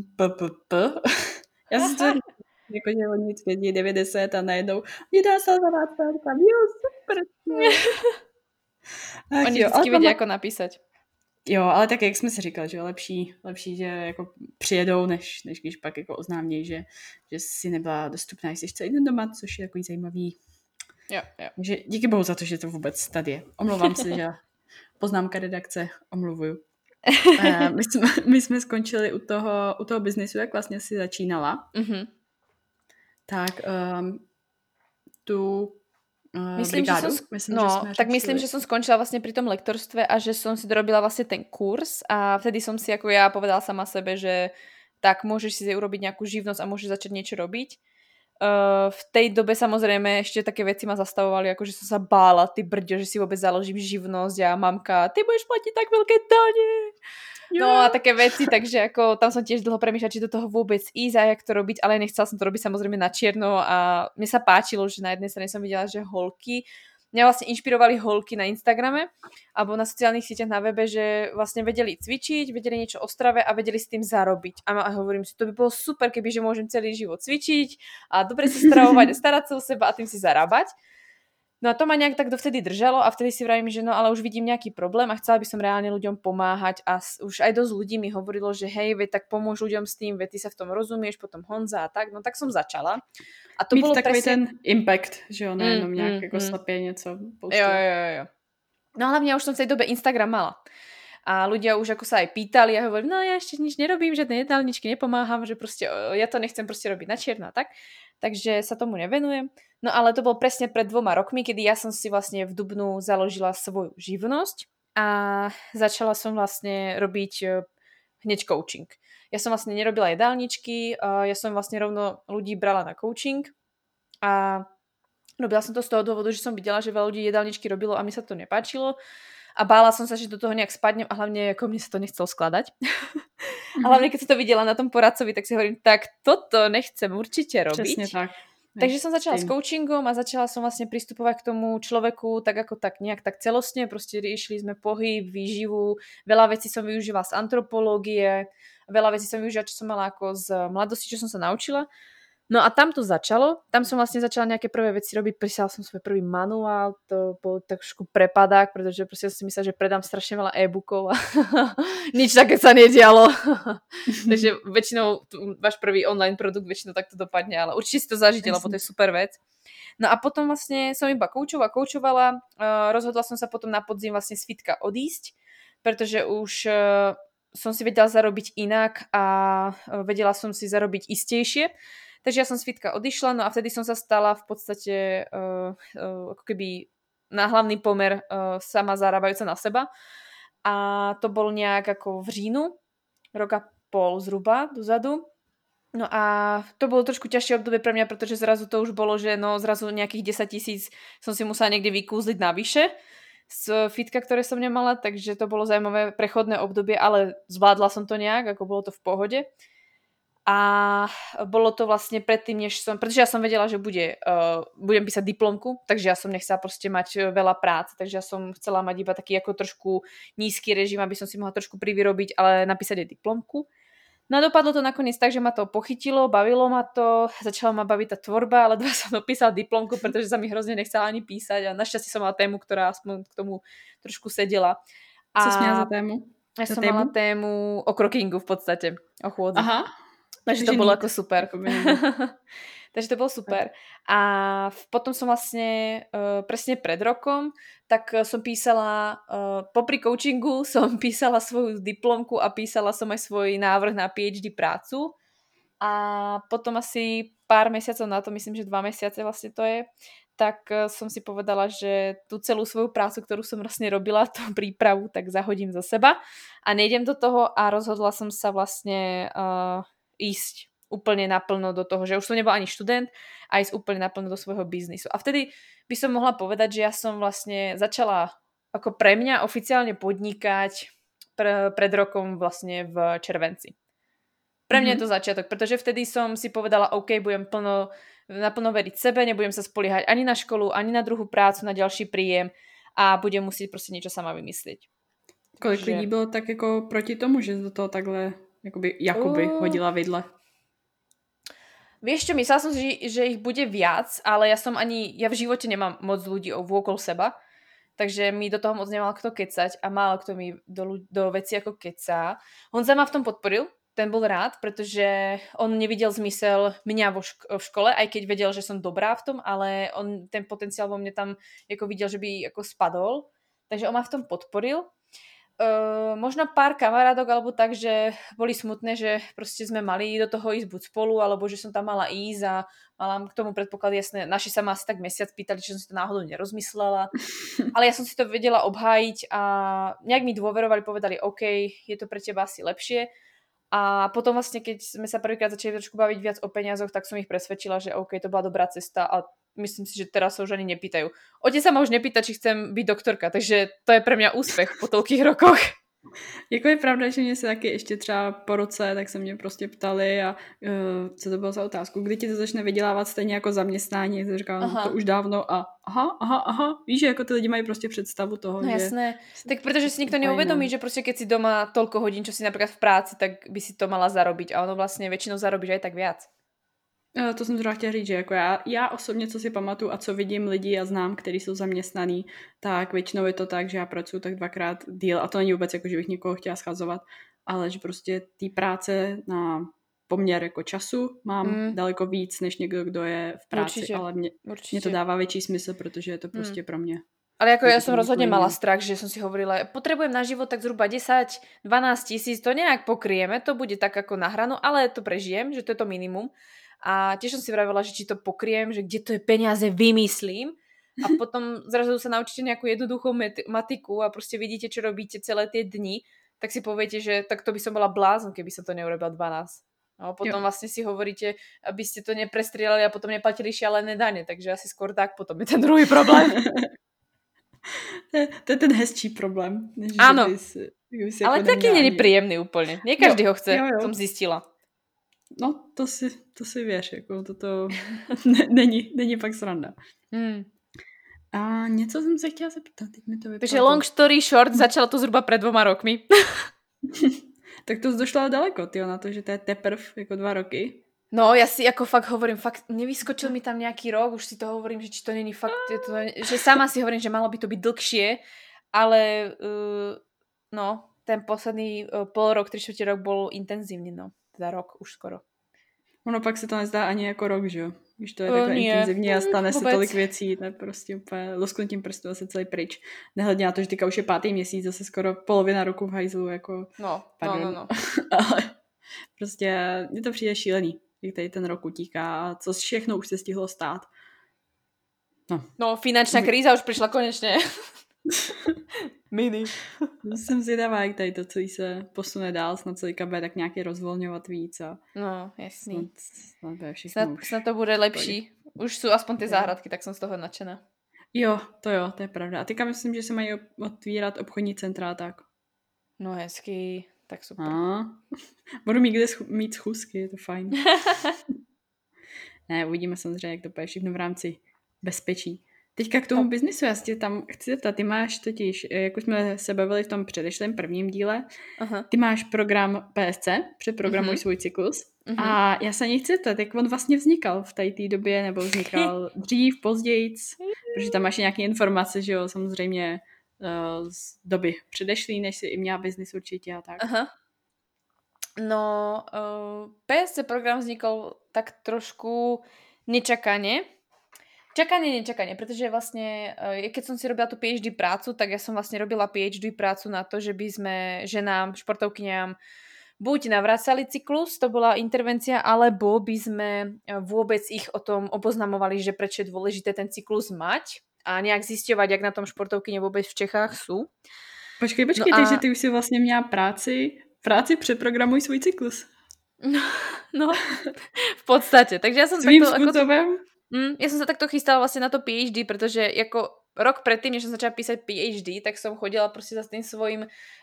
já jsem z toho jakože od nic vědí 90 a najednou nedá se za vás tam, jo, super. Oni vždycky vědí, jako napísať. Jo, ale tak jak jsme si říkali, že lepší, že jako přijedou, než když pak jako oznámějí, že si nebyla dostupná, jestli celý den doma, což je takový zajímavý. Jo. Takže díky bohu za to, že to vůbec tady je. Omlouvám se, že poznámka redakce, omluvuju. My jsme skončili u toho biznisu, jak vlastně si začínala. Tak tu brigádu. Myslím, že som skončila vlastne pri tom lektorstve a že som si dorobila vlastne ten kurz a vtedy som si ako ja povedala sama sebe, že tak môžeš si urobiť nejakú živnosť a môžeš začať niečo robiť. V tej dobe samozrejme ešte také veci ma zastavovali, ako že som sa bála, ty brďo, že si vôbec založím živnosť a mamka, ty budeš platiť tak veľké dane. No a také veci, takže ako tam som tiež dlho premýšľať, či do toho vôbec ísť a jak to robiť, ale nechcela som to robiť samozrejme na čierno a mne sa páčilo, že na jednej strane som videla, že holky, mňa vlastne inšpirovali holky na Instagrame alebo na sociálnych sieťach na webe, že vlastne vedeli cvičiť, vedeli niečo o strave a vedeli s tým zarobiť. A hovorím si, to by bolo super, keby že môžem celý život cvičiť a dobre sa stravovať a starať sa o seba a tým si zarábať. No a to ma nejak tak dovtedy držalo a vtedy si vravím, že no ale už vidím nejaký problém a chcela by som reálne ľuďom pomáhať a už aj dosť ľudí mi hovorilo, že hej, veď tak pomôž ľuďom s tým, veď ty sa v tom rozumieš, potom Honza a tak, no tak som začala. A to mít bolo takový presne... ten impact, že jo, nejenom nějak jako slepě něco pouštět. Jo. No hlavne ja už som v tej dobe Instagram mala. A ľudia už ako sa aj pýtali a hovorím, no ja ešte nič nerobím, žiadne jedálničky nepomáham, že proste ja to nechcem proste robiť na čierno a tak. Takže sa tomu nevenujem. No ale to bol presne pred 2 rokmi, kedy ja som si vlastne v dubnu založila svoju živnosť a začala som vlastne robiť hneď coaching. Ja som vlastne nerobila jedálničky, ja som vlastne rovno ľudí brala na coaching a robila som to z toho dôvodu, že som videla, že veľa ľudí jedálničky robilo a mi sa to nepáčilo. A bála som sa, že do toho nejak spadnem a hlavne ako mne sa to nechcelo skladať. A hlavne keď som to videla na tom poradcovi, tak si hovorím, tak toto nechcem určite robiť. Přesne tak. Takže som začala s coachingom a začala som vlastne pristupovať k tomu človeku tak ako tak nejak tak celostne. Proste riešili sme pohyb, výživu, veľa vecí som využívala z antropológie, veľa vecí som využívala, čo som mala ako z mladosti, čo som sa naučila. No a tam to začalo, tam som vlastne začala nejaké prvé veci robiť, prisala som svoj prvý manuál, to bol trošku prepadák, pretože proste som si myslela, že predám strašne veľa e-bookov a nič také sa nedialo. Takže väčšinou váš prvý online produkt väčšinou takto dopadne, ale určite si to zažite, lebo to je super vec. No a potom vlastne som iba koučovala, rozhodla som sa potom na podzim vlastne z fitka odísť, pretože už som si vedela zarobiť inak a vedela som si zarobiť istejšie. Takže ja som z fitka odišla, no a vtedy som sa stala v podstate ako keby na hlavný pomer sama zarábajúca na seba. A to bol nejak ako v říjnu, roka pol zhruba dozadu. No a to bolo trošku ťažšie obdobie pre mňa, pretože zrazu to už bolo, že no zrazu nejakých 10 000 som si musela niekde vykúzliť navyše z fitka, ktoré som nemala, takže to bolo zaujímavé prechodné obdobie, ale zvládla som to nejak, ako bolo to v pohode. A bolo to vlastne predtým, než som, pretože ja som vedela, že budem písať diplomku, takže ja som nechcela proste mať veľa práce, takže ja som chcela mať iba taký ako trošku nízky režim, aby som si mohla trošku privyrobiť, ale napísať aj diplomku. No a dopadlo to nakoniec tak, že ma to pochytilo, bavilo ma to, začala ma baviť tá tvorba, ale som dopísala diplomku, pretože sa mi hrozne nechcela ani písať a našťastie som mala tému, ktorá aspoň k tomu trošku sedela. Co jsi měla za tému? Ja som mala tému o krokingu v podstate, o chôdzi. Aha. Takže to bolo ako super. Takže to bolo super. A potom som vlastne presne pred rokom, tak som písala, popri coachingu som písala svoju diplomku a písala som aj svoj návrh na PhD prácu. A potom asi pár mesiacov na to, myslím, že 2 mesiace vlastne to je, tak som si povedala, že tú celú svoju prácu, ktorú som vlastne robila, tú prípravu, tak zahodím za seba a nejdem do toho a rozhodla som sa vlastne ísť úplne naplno do toho, že už som nebola ani študent a ísť úplne naplno do svojho biznisu. A vtedy by som mohla povedať, že ja som vlastne začala ako pre mňa oficiálne podnikať pred rokom vlastne v červenci. Pre mňa je to začiatok, pretože vtedy som si povedala, OK, budem naplno veriť sebe, nebudem sa spoliehať ani na školu, ani na druhú prácu, na ďalší príjem a budem musieť proste niečo sama vymyslieť. Kolik lidí bylo tak jako proti tomu, že do toho takhle jakoby hodila vidle? Vieš čo, myslela som si, že ich bude viac, ale ja v živote nemám moc ľudí vôkol seba, takže mi do toho moc nemal kto kecať a málo kto mi do veci ako kecá. Honza ma v tom podporil, ten bol rád, pretože on nevidel zmysel mňa v škole, aj keď vedel, že som dobrá v tom, ale on ten potenciál vo mne tam ako videl, že by ako spadol, takže on ma v tom podporil. Možno pár kamarádok alebo tak, že boli smutné, že proste sme mali do toho ísť buď spolu, alebo že som tam mala ísť a mala k tomu predpoklad, jasné, naši sa ma asi tak mesiac pýtali, či som si to náhodou nerozmyslela, ale ja som si to vedela obhájiť a nejak mi dôverovali, povedali, OK, je to pre teba asi lepšie. A potom vlastne, keď sme sa prvýkrát začali trošku baviť viac o peniazoch, tak som ich presvedčila, že OK, to bola dobrá cesta a myslím si, že teraz sa už ani nepýtajú. Otec sa ma už nepýta, či chcem byť doktorka, takže to je pre mňa úspech po toľkých rokoch. Jako je pravda, že mě se taky ještě třeba po roce, tak se mě prostě ptali a co to bylo za otázku, kdy ti to začne vydělávat stejně jako zaměstnání, tak říkám, to už dávno a aha, víš, že jako ty lidi mají prostě představu toho, no, že... jasné, tak pretože si nikto neuvedomí, že prostě keď si doma toľko hodín, čo si napríklad v práci, tak by si to mala zarobiť a ono vlastně většinou zarobíš aj tak viac. To jsem třeba chtěla říct, že jako já osobně, co si pamatuju a co vidím lidi a znám, kteří jsou zaměstnaný, tak většinou je to tak, že já pracuji tak 2x díl a to není vůbec jako, že bych někoho chtěla schazovat, ale že prostě té práce na poměr jako času mám daleko víc, než někdo, kdo je v práci, určitě, ale mě to dává větší smysl, protože je to prostě pro mě. Ale ako ja som rozhodne mala strach, že som si hovorila, potrebujem na život tak zhruba 10-12 tisíc, to nejak pokryjeme, to bude tak ako na hranu, ale to prežijem, že to je to minimum. A tiež som si vravila, že či to pokryjem, že kde to je peniaze vymyslím. A potom zrazu sa naučíte nejakú jednoduchú matiku a proste vidíte, čo robíte celé tie dni, tak si poviete, že tak to by som bola blázon, keby som to neurobila 12. No, potom vlastne si hovoríte, aby ste to neprestrieľali a potom neplatili šialené dane, takže asi skôr tak, potom je ten druhý problém. To je ten hezčí problém. Áno, ale jako taký není príjemný úplne. Nie každý ho chce, som zistila. No, to si věř, jako toto není fakt sranda. A něco jsem se chtěla zeptat, teď mi to vypadlo. Takže long story short, začalo to zhruba pred 2 rokmi. Tak to došlo daleko, tyjo, na to, že to je teprv jako 2 roky. No, ja si ako fakt hovorím, nevyskočil mi tam nejaký rok, už si to hovorím, že či to není fakt, že sama si hovorím, že malo by to byť dlhšie, ale no, ten posledný pol rok, 3/4 rok bol intenzívny, no, teda rok už skoro. Ono pak se to nezdá ani jako rok, že jo? Když to je takhle intenzivní a stane se tolik věcí, to je prostě úplně lusknutím prstu asi celý pryč. Nehledně na to, že teďka už je 5. měsíc, zase skoro polovina roku v hajzlu, jako... No. Ale prostě mně to přijde šílený, jak tady ten rok utíká a co všechno už se stihlo stát. No, finančná kríza už přišla konečně. Mini. Jsem zvědavá, jak tady to celý se posune dál, snad se bude tak nějaký rozvolňovat víc. A no, jasný. Snad to bude lepší. Už jsou aspoň ty záhradky, tak jsem z toho nadšená. Jo, to je pravda. A teďka myslím, že se mají otvírat obchodní centra, tak. No hezky, tak super. Budu mít kde mít schůzky, je to fajn. Ne, uvidíme samozřejmě, jak to bude všechno v rámci bezpečí. Teďka k tomu biznisu, já si tam chci zeptat, ty máš totiž, jak už jsme se bavili v tom předešlém prvním díle, ty máš program PSC, Přeprogramuj svůj cyklus, a já se ani chci zeptat, jak on vlastně vznikal v té době, nebo vznikal dřív, pozdějc, protože tam máš nějaké informace, že jo, samozřejmě z doby předešlý, než jsi i měla biznis určitě a tak. No, PSC program vznikol tak trošku nečakane. Nečakanie, pretože vlastne, keď som si robila tú PhD prácu, tak ja som vlastne robila PhD prácu na to, že by sme ženám, športovkyňám buď navracali cyklus, to bola intervencia, alebo by sme vôbec ich o tom oboznamovali, že prečo je dôležité ten cyklus mať a nejak zisťovať, jak na tom športovkyne vôbec v Čechách sú. Počkej, takže ty už si vlastne měla práci Přeprogramuj svůj cyklus. No, v podstate. Takže ja som svým spôsobom... Ja som sa takto chystala vlastne na to PhD, pretože ako rok predtým, než som začala písať PhD, tak som chodila proste za tým svojím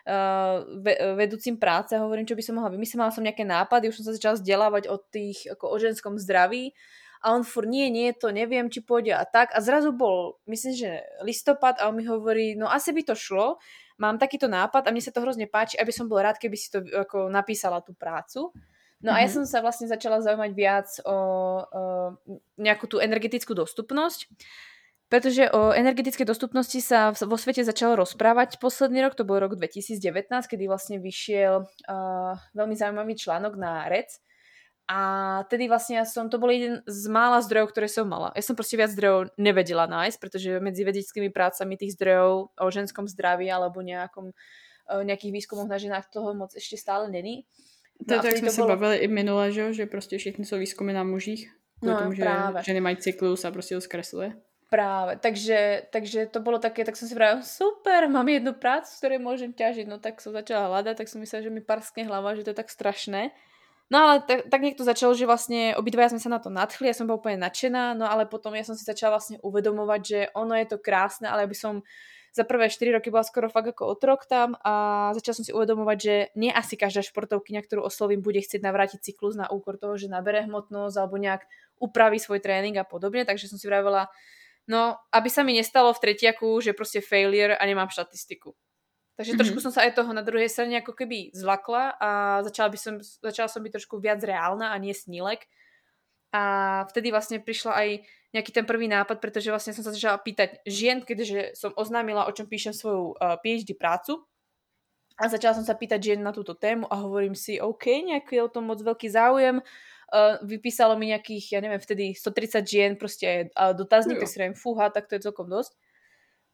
vedúcim práce a hovorím, čo by som mohla vymyslieť. Mala som nejaké nápady, už som sa začala vzdelávať o ženskom zdraví a on furt nie, to neviem, či pôjde a tak. A zrazu bol, myslím, že listopad a on mi hovorí, no asi by to šlo, mám takýto nápad a mne sa to hrozne páči, aby som bol rád, keby si to ako napísala tú prácu. No a ja som sa vlastne začala zaujímať viac o nejakú tú energetickú dostupnosť, pretože o energetickej dostupnosti sa vo svete začalo rozprávať posledný rok, to bol rok 2019, kedy vlastne vyšiel veľmi zaujímavý článok na REC a tedy vlastne to bol jeden z mála zdrojov, ktoré som mala. Ja som proste viac zdrojov nevedela nájsť, pretože medzi vedeckými prácami tých zdrojov o ženskom zdraví alebo nejakých výskumoch na ženách toho moc ešte stále není. To je to, jak jsme se bavili i minule, že prostě všichni jsou výzkumy na mužích, kvůli tomu, že ženy mají cyklus a prostě ho zkresluje. Práve, takže to bolo také, tak som si pravila, super, mám jednu prácu, z ktorej môžem ťažiť, no tak som začala hľadať, tak som myslela, že mi parskne hlava, že to je tak strašné. No ale tak niekto začalo, že vlastne obidvaja sme sa na to nadchli, ja som bola úplne nadšená, no ale potom ja som si začala vlastne uvedomovať, že ono je to krásne, ale aby som za prvé 4 roky bola skoro fakt ako otrok tam a začala som si uvedomovať, že nie asi každá športovkyňa, ktorú oslovím, bude chcieť navrátiť cyklus na úkor toho, že nabere hmotnosť alebo nejak upraví svoj tréning a podobne, takže som si vravela, no, aby sa mi nestalo v tretiaku, že proste failure a nemám štatistiku. Takže trošku som sa aj toho na druhej strane ako keby zlakla a začala som byť trošku viac reálna a nie snílek. A vtedy vlastne prišla aj nejaký ten prvý nápad, pretože vlastne som sa začala pýtať žien, keďže som oznámila, o čom píšem svoju PhD prácu. A začala som sa pýtať žien na túto tému a hovorím si, OK, nejaký je o tom moc veľký záujem. Vypísalo mi nejakých, ja neviem, vtedy 130 žien proste dotazník, tak si rejím, fúha, tak to je celkom dosť.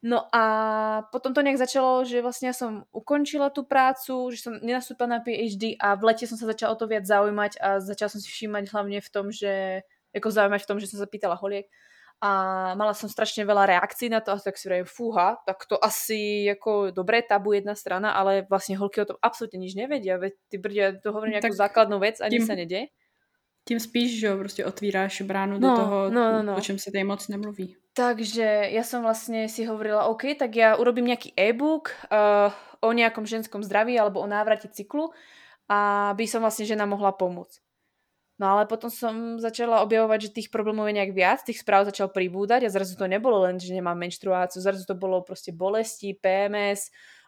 No a potom to nejak začalo, že vlastne ja som ukončila tú prácu, že som nenastúpila na PhD a v lete som sa začala o to viac zaujímať a začala som si všímať hlavne v tom, že ako zaujímať v tom, že som sa pýtala holiek a mala som strašne veľa reakcií na to a tak si vrajím, fúha, tak to asi ako dobré tabu jedna strana, ale vlastne holky o tom absolútne nič nevedia, veď ty brdia, to hovorím nejakú základnú vec a nič sa nedie. Tím spíš, že jo, prostě otvíráš bránu do toho, o čem se tady moc nemluví. Takže ja som vlastne si hovorila, OK, tak ja urobím nejaký e-book o nejakom ženskom zdraví alebo o návrate cyklu, aby som vlastne žena mohla pomôcť. No ale potom som začala objavovať, že tých problémov je nejak viac, tých správ začal pribúdať a zrazu to nebolo len, že nemám menštruáciu, zrazu to bolo proste bolesti, PMS,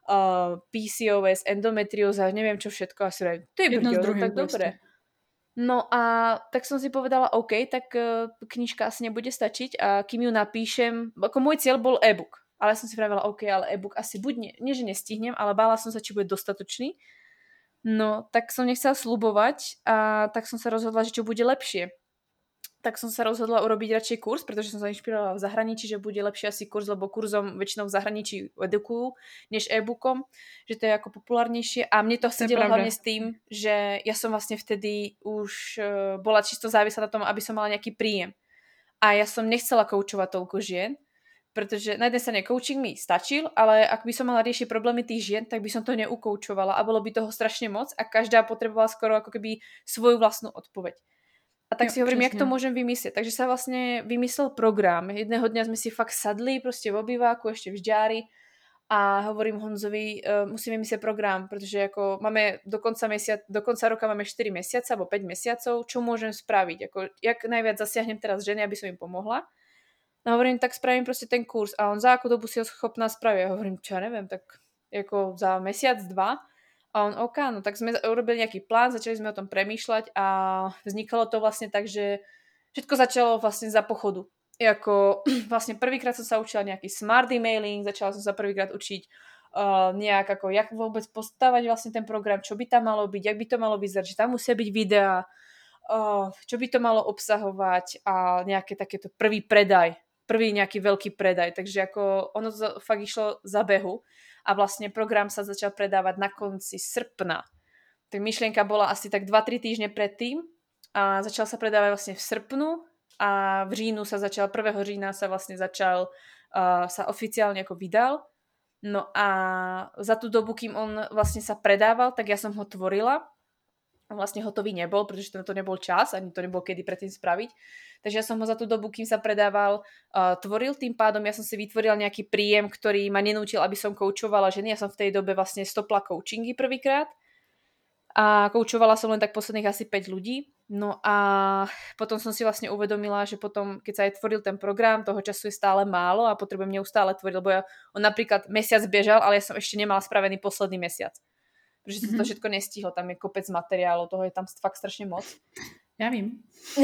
PCOS, endometrióza, neviem čo všetko. A si raj, ty brďo, no tak dobre. No a tak som si povedala, OK, tak knižka asi nebude stačiť a kým ju napíšem, ako môj cieľ bol e-book, ale ja som si pravila, OK, ale e-book asi buď nie, že nestihnem, ale bála som sa, či bude dostatočný. No, tak som nechcela sľubovať a tak som sa rozhodla, že čo bude lepšie. Tak som sa rozhodla urobiť radšej kurz, pretože som sa inšpirovala v zahraničí, že bude lepšie asi kurz, lebo kurzom väčšinou v zahraničí edukujú, než e-bookom, že to je ako populárnejšie. A mne to sedelo hlavne s tým, že ja som vlastne vtedy už bola čisto závislá na tom, aby som mala nejaký príjem. A ja som nechcela koučovať toľko žien, pretože na jednej strane coaching mi stačil, ale ak by som mala riešiť problémy tých žien, tak by som to neukoučovala a bolo by toho strašne moc a každá potrebovala skoro ako keby svoju vlastnú odpoveď. A tak si hovorím, jak to môžem vymyslieť. Takže sa vlastne vymyslel program. Jedného dňa sme si fakt sadli proste v obýváku, ešte v Žďári a hovorím Honzovi, musíme vymyslieť program, pretože ako máme do konca roka máme 4 mesiace alebo 5 mesiacov, čo môžem spraviť? Ako, jak najviac zasiahnem teraz ženy, aby som im pomohla? No hovorím, tak spravím proste ten kurz. A on za akú dobu si ho schopná spraviť? Ja hovorím, čo ja neviem, tak ako za mesiac, 2. A on, OK, no tak sme urobili nejaký plán, začali sme o tom premýšľať a vznikalo to vlastne tak, že všetko začalo vlastne za pochodu. Jako, vlastne prvýkrát som sa učila nejaký smart emailing, začala som sa prvýkrát učiť nejak ako, jak vôbec postavať vlastne ten program, čo by tam malo byť, jak by to malo vyzerať, že tam musia byť videá, čo by to malo obsahovať a nejaké takéto prvý nejaký veľký predaj. Takže ako ono fakt išlo za behu a vlastne program sa začal predávať na konci srpna. Tak myšlienka bola asi tak 2-3 týždne predtým a začal sa predávať vlastne v srpnu a v říjnu sa začal, 1. října sa vlastne začal, sa oficiálne ako vydal. No a za tú dobu, kým on vlastne sa predával, tak ja som ho tvorila. On vlastne hotový nebol, pretože to nebol čas, ani to nebol kedy predtým spraviť. Takže ja som ho za tú dobu, kým sa predával, tvoril. Tým pádom ja som si vytvorila nejaký príjem, ktorý ma nenútil, aby som koučovala ženy. Ja som v tej dobe vlastne stopla coachingy prvýkrát. A koučovala som len tak posledných asi 5 ľudí. No a potom som si vlastne uvedomila, že potom, keď sa aj tvoril ten program, toho času je stále málo a potrebujem neustále tvoriť, lebo on napríklad mesiac bežal, ale ja som ešte nemala spravený posledný mesiac. Pretože sa to všetko nestihlo, tam je kopec materiálov, toho je tam fakt strašne moc. Ja vím.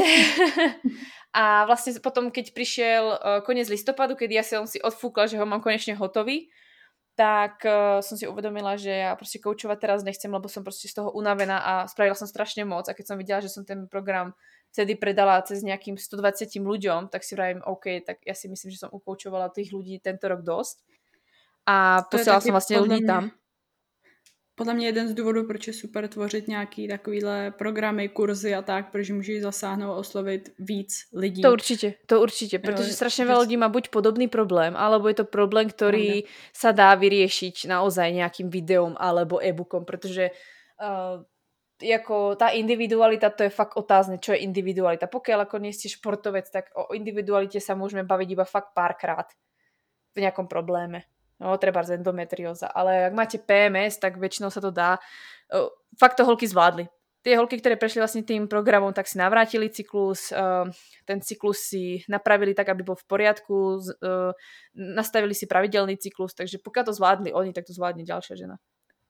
A vlastne potom, keď prišiel koniec listopadu, kedy ja som si odfúkla, že ho mám konečne hotový, tak som si uvedomila, že ja proste koučovať teraz nechcem, lebo som proste z toho unavená a spravila som strašne moc. A keď som videla, že som ten program vtedy predala cez nejakým 120 ľuďom, tak si vravím, OK, tak ja si myslím, že som ukoučovala tých ľudí tento rok dosť. A posielala som vlastne ľudí tam. Podle mě jeden z důvodů, proč je super tvořit nějaký takovýhle programy, kurzy a tak, protože můžeš zasáhnout, oslovit víc lidí. To určite, pretože strašne veľa ľudí má buď podobný problém, alebo je to problém, ktorý sa dá vyriešiť naozaj nejakým videom alebo e-bookom, pretože ako tá individualita, to je fakt otázne, čo je individualita. Pokiaľ ako nie ste športovec, tak o individualite sa môžeme baviť iba fakt párkrát v nejakom probléme. No, treba z endometrióza. Ale ak máte PMS, tak väčšinou sa to dá. Fakt to holky zvládli. Tie holky, ktoré prešli vlastne tým programom, tak si navrátili cyklus. Ten cyklus si napravili tak, aby bol v poriadku. Nastavili si pravidelný cyklus. Takže pokiaľ to zvládli oni, tak to zvládne ďalšia žena.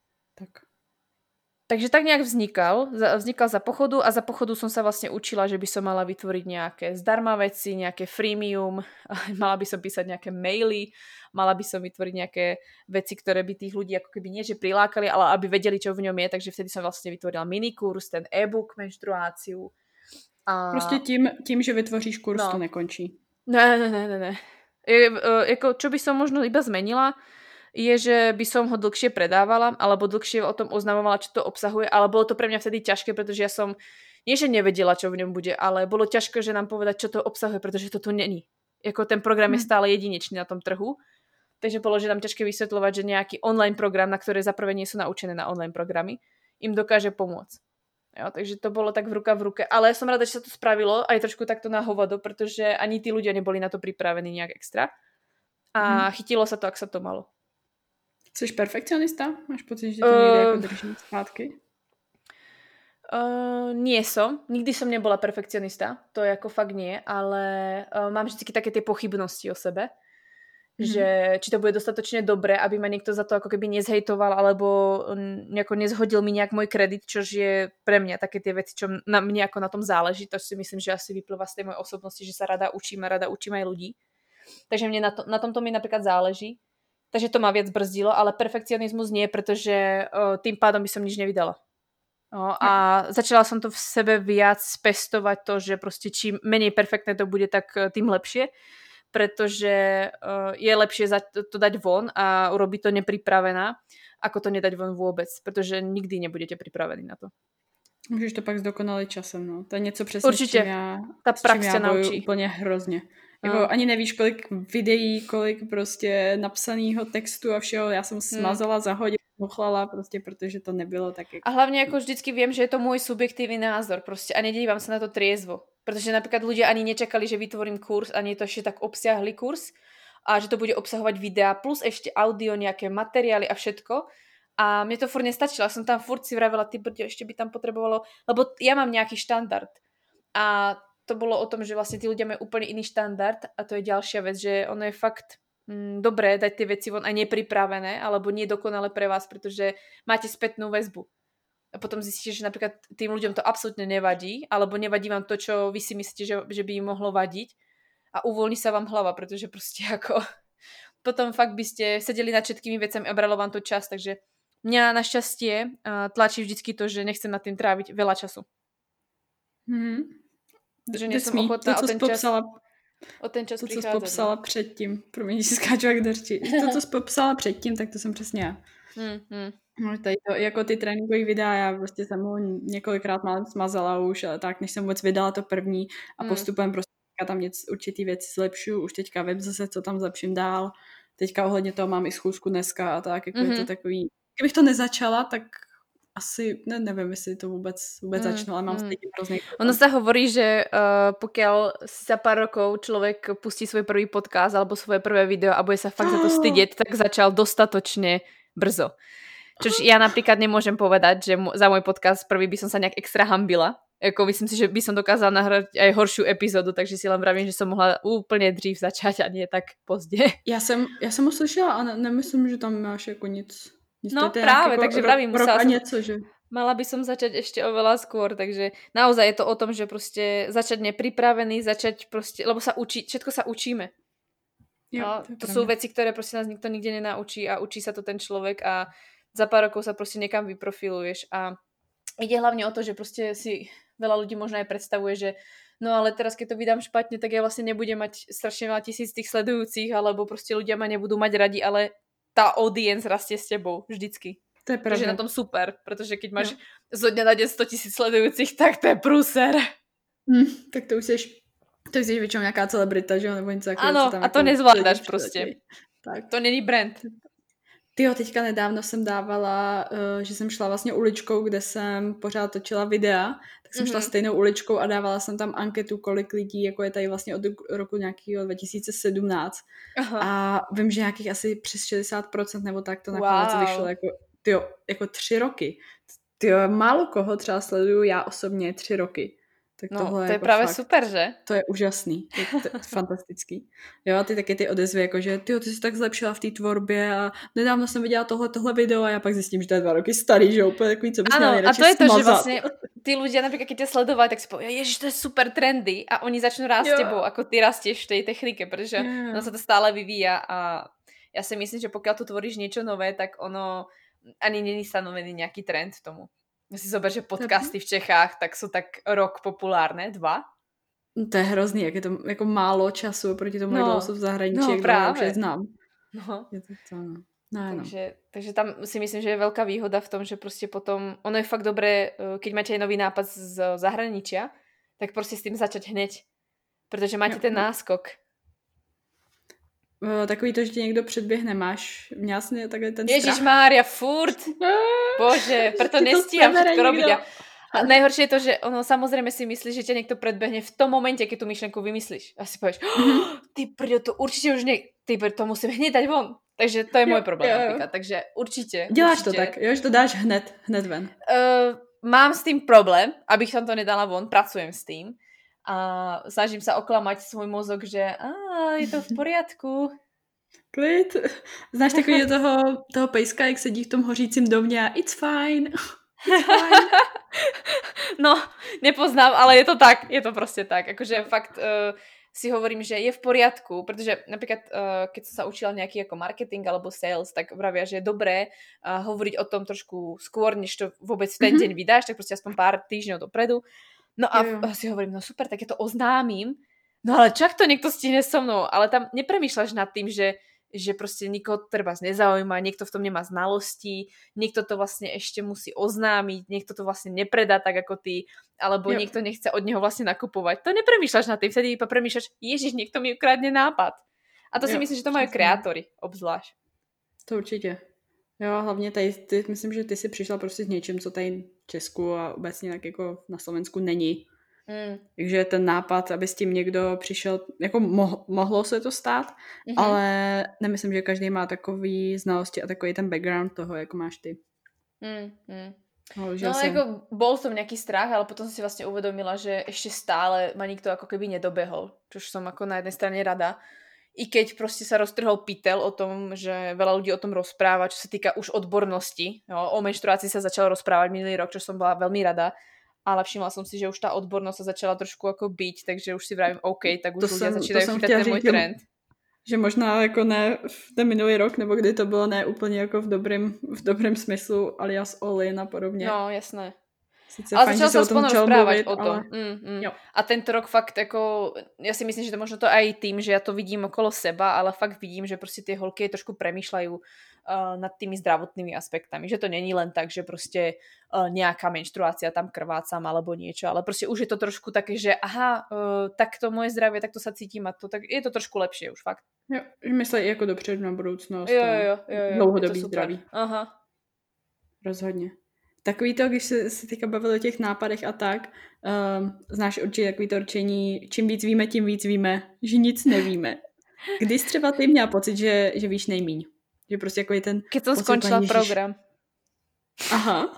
Takže tak nejak vznikal za pochodu a za pochodu som sa vlastne učila, že by som mala vytvoriť nejaké zdarma veci, nejaké freemium, mala by som písať nejaké maily, mala by som vytvoriť nejaké veci, ktoré by tých ľudí ako keby nie že prilákali, ale aby vedeli, čo v ňom je, takže vtedy som vlastne vytvorila minikurs, ten e-book menštruáciu. Prostě tím, že vytvoříš kurz, to nekončí. Ne. Jako, čo by som možno iba zmenila, je, že by som ho dlhšie predávala, alebo dlhšie o tom oznamovala, čo to obsahuje, ale bolo to pre mňa vtedy ťažké, pretože ja som, nie že nevedela, čo v ňom bude, ale bolo ťažké, že nám povedať, čo to obsahuje, pretože to tu není. Jako ten program je stále jedinečný na tom trhu, takže bolo, že nám ťažké vysvetľovať, že nejaký online program, na ktoré zaprvé nie sú naučené na online programy, im dokáže pomôcť. Jo, takže to bolo tak v ruke, ale ja som rada, že sa to spravilo aj trošku takto na hovado, pretože ani tí ľudia neboli na to pripravení nejak extra a chytilo sa to, ak sa to malo. Jsi perfekcionista? Máš pocit, že to někde jako drží zpátky? Nie som. Nikdy som nebola perfekcionista. To je ako fakt nie, ale mám vždycky také tie pochybnosti o sebe. Že či to bude dostatočne dobré, aby ma niekto za to ako keby nezhejtoval alebo nejako nezhodil mi nejak môj kredit, čož je pre mňa také tie veci, čo na mne ako na tom záleží. To si myslím, že asi vyplýva z tej mojej osobnosti, že sa rada učím a rada učím aj ľudí. Takže mne na tomto mi napríklad záleží. Takže to ma viac brzdilo, ale perfekcionizmus nie, pretože tým pádom by som nič nevydala. No, a začala som to v sebe viac pestovať to, že proste čím menej perfektné to bude, tak tým lepšie. Pretože je lepšie to dať von a urobiť to nepripravená, ako to nedať von vôbec, pretože nikdy nebudete pripravení na to. Můžeš to pak zdokonalit časem, no. To je něco přesně, určitě. S čím já bojuju úplně hrozně. Jako ani nevíš, kolik videí, kolik prostě napsanýho textu a všeho já jsem smazala, zahodila, muchlala prostě, protože to nebylo tak jako... A hlavne ako vždycky viem, že je to môj subjektívny názor proste a nedívam sa na to triezvo. Pretože napríklad ľudia ani nečakali, že vytvorím kurz, ani je to ešte tak obsiahly kurz a že to bude obsahovať videá plus ešte audio, nejaké materiály a všetko. A mne to furt nestačilo. Ja som tam furt si vravela, ešte by tam potrebovalo, lebo ja mám nejaký štandard. A to bolo o tom, že vlastne tí ľudia majú úplne iný štandard a to je ďalšia vec, že ono je fakt dobré dať tie veci von aj nepripravené alebo nedokonale pre vás, pretože máte spätnú väzbu. A potom zistíte, že napríklad tým ľuďom to absolútne nevadí, alebo nevadí vám to, čo vy si myslíte, že by im mohlo vadiť a uvoľní sa vám hlava, pretože proste ako potom fakt by ste sedeli nad všetkými vecami a bralo vám to čas, takže mňa našťastie tlačí vždycky to, že nechcem nad tým tráviť veľa času. Že nie som ochotná o ten čas to, co jsi popsala předtím, promiň, že skáču jak drčí. To, co jsi popsala předtím, tak to jsem přesně já. No, tady to, jako ty tréninkové videa, já prostě jsem ho několikrát málem smazala už, ale tak, než jsem vůbec vydala to první a postupem prostě tam určitý věci zlepšuju, už teďka web zase, co tam zlepším dál. Teďka ohledně toho mám i schůzku dneska a tak, jako je to takový, kdybych to nezačala, tak asi, neviem, jestli to vôbec začalo, ale mám s tým hrozný. Ono sa hovorí, že pokiaľ si za pár rokov človek pustí svoj prvý podcast alebo svoje prvé video a bude sa fakt za to stydeť, tak začal dostatočne brzo. Čož ja napríklad nemôžem povedať, že za môj podcast prvý by som sa nejak extra hambila. Jako myslím si, že by som dokázala nahrať aj horšiu epizódu, takže si len vravím, že som mohla úplne dřív začať a nie tak pozdě. Ja som uslyšela a nemyslím, že tam máš jako nic. No práve, takže vravím, mala by som začať ešte oveľa skôr, takže naozaj je to o tom, že proste začať nepripravený, začať proste, lebo sa učí, všetko sa učíme. Jo, to sú veci, ktoré proste nás nikto nikde nenaučí a učí sa to ten človek a za pár rokov sa proste niekam vyprofiluješ a ide hlavne o to, že proste si veľa ľudí možno aj predstavuje, že no ale teraz keď to vydám špatne, tak ja vlastne nebudem mať strašne veľa tisíc tých sledujúcich alebo proste ľudia ma nebudú mať radi, ale tá audience rastie s tebou vždycky. To je pravda. Takže je na tom super, pretože keď máš zo dňa na deň 100 000 sledujúcich, tak to je prúser. Tak to už jsi většinou nějaká celebrita, že jo, nebo něco takového. Ano, a to nezvládáš prostě. Tak. To není brand. Tyjo, teďka nedávno jsem dávala, že jsem šla vlastně uličkou, kde jsem pořád točila videa, tak jsem šla stejnou uličkou a dávala jsem tam anketu, kolik lidí, jako je tady vlastně od roku nějakého 2017. Aha. A vím, že nějakých asi přes 60% nebo tak to nakonec vyšlo, jako 3 roky. Tyjo, málo koho třeba sleduju já osobně 3 roky. Tak no, to je jako právě fakt, super, že? To je úžasný, to je fantastický. Jo, a ty taky ty odezvy, jako že ty jsi tak zlepšila v té tvorbě a nedávno jsem viděla tohle video a já pak zjistím, že to je 2 roky starý, že úplně takový, co bys měla nejradši smazat. A to je to, že vlastně ty ľudia napríklad, keď ťa sledovali, tak si povedia, ježiš, to je super trendy a oni začnú rásť tebou, ako ty rastieš v tej technike, pretože ono sa to stále vyvíja a ja si myslím, že pokiaľ tu tvoríš niečo nové, tak ono ani není stanovený nejaký trend tomu. Si zober, že podcasty v Čechách tak sú tak rok populárne, 2. To je hrozný, jak je to jako málo času proti tomu, jak dlouho jsou v zahraničí, jak dlouho už je znám. Je to Takže tam si myslím, že je veľká výhoda v tom, že prostě potom, ono je fakt dobré, keď máte nový nápad z zahraničia, tak prostě s tým začať hneď, protože máte ten náskok. Takový to, že ti někdo předběhne, měla jsi takhle ten strach? Ježišmária, furt! Bože, preto nestíham všetko robiť. A najhoršie je to, že ono samozrejme si myslí, že ťa niekto predbehne v tom momente, keď tú myšlenku vymyslíš. A si povieš, ty brďo, to určite už ty brďo, to musím hneď dať von. Takže to je môj problém napríklad. Takže určite. Děláš to tak, jo, že to dáš hned ven. Mám s tým problém, abych som to nedala von, pracujem s tým. A snažím sa oklamať svoj mozog, že je to v poriadku. Klid. Znáš takový toho pejska, jak sedí v tom hořícím domě a it's fine. No, nepoznám, ale je to tak. Je to prostě tak. Akože fakt si hovorím, že je v poriadku, pretože napríklad, keď som sa učila nejaký ako marketing alebo sales, tak vravia, že je dobré hovoriť o tom trošku skôr, než to vôbec v ten deň vydáš, tak prostě aspoň pár týždňov dopredu. No a si hovorím, no super, tak ja to oznámim. No ale čak to niekto stihne so mnou, ale tam nepremýšľaš nad tým, že proste nikoho treba nezaujíma, niekto v tom nemá znalosti, niekto to vlastne ešte musí oznámiť, niekto to vlastne nepredá tak ako ty, alebo niekto nechce od neho vlastne nakupovať. To nepremýšľaš nad tým, vtedy iba premýšľaš, ježiš, niekto mi ukradne nápad. A to si myslím, že to majú kreátori obzvlášť. To určitě. Jo, hlavně tady, myslím, že ty si přišla prostě s něčím, co tady v Česku a obecně tak jako na Slovensku není. Takže ten nápad, aby s tím někdo přišel, jako mohlo se to stát, ale nemyslím, že každý má takový znalosti a takový ten background toho, jako máš ty. No jako bol som nejaký strach, ale potom som si vlastne uvedomila, že ešte stále ma nikto ako keby nedobehol, čož som ako na jednej strane rada. I keď proste sa roztrhol pytel o tom, že veľa ľudí o tom rozpráva, čo sa týka už odbornosti. O menštruácii sa začalo rozprávať minulý rok, čo som bola veľmi rada. Ale všimla som si, že už tá odbornosť sa začala trošku ako byť, takže už si vravím, OK, tak už ľudia začínajú chytať ten môj trend. Že možná jako ne v ten minulý rok, nebo kdy to bylo ne úplně jako v dobrém smyslu, alias all-in a podobně. No, jasné. Sice ale začala sa aspoň rozprávať o tom. Ale... A tento rok fakt ako, ja si myslím, že to možno to aj tým, že ja to vidím okolo seba, ale fakt vidím, že proste tie holky trošku premýšľajú nad tými zdravotnými aspektami. Že to není len tak, že proste nejaká menštruácia tam krvácam alebo niečo, ale proste už je to trošku také, že takto moje zdravie, takto sa cítim a to, tak je to trošku lepšie už fakt. Jo, myslej jako dopředu na budoucnost. Jo, dlouhodobý zdraví. Aha. Rozhodně. Takový to, když se teďka bavili o těch nápadech a tak, znáš určitě takový to určení, čím víc víme, tím víc víme, že nic nevíme. Kdy jsi třeba ty měla pocit, že víš nejmíň? Že prostě jako je ten... Keď som skončila program. Aha.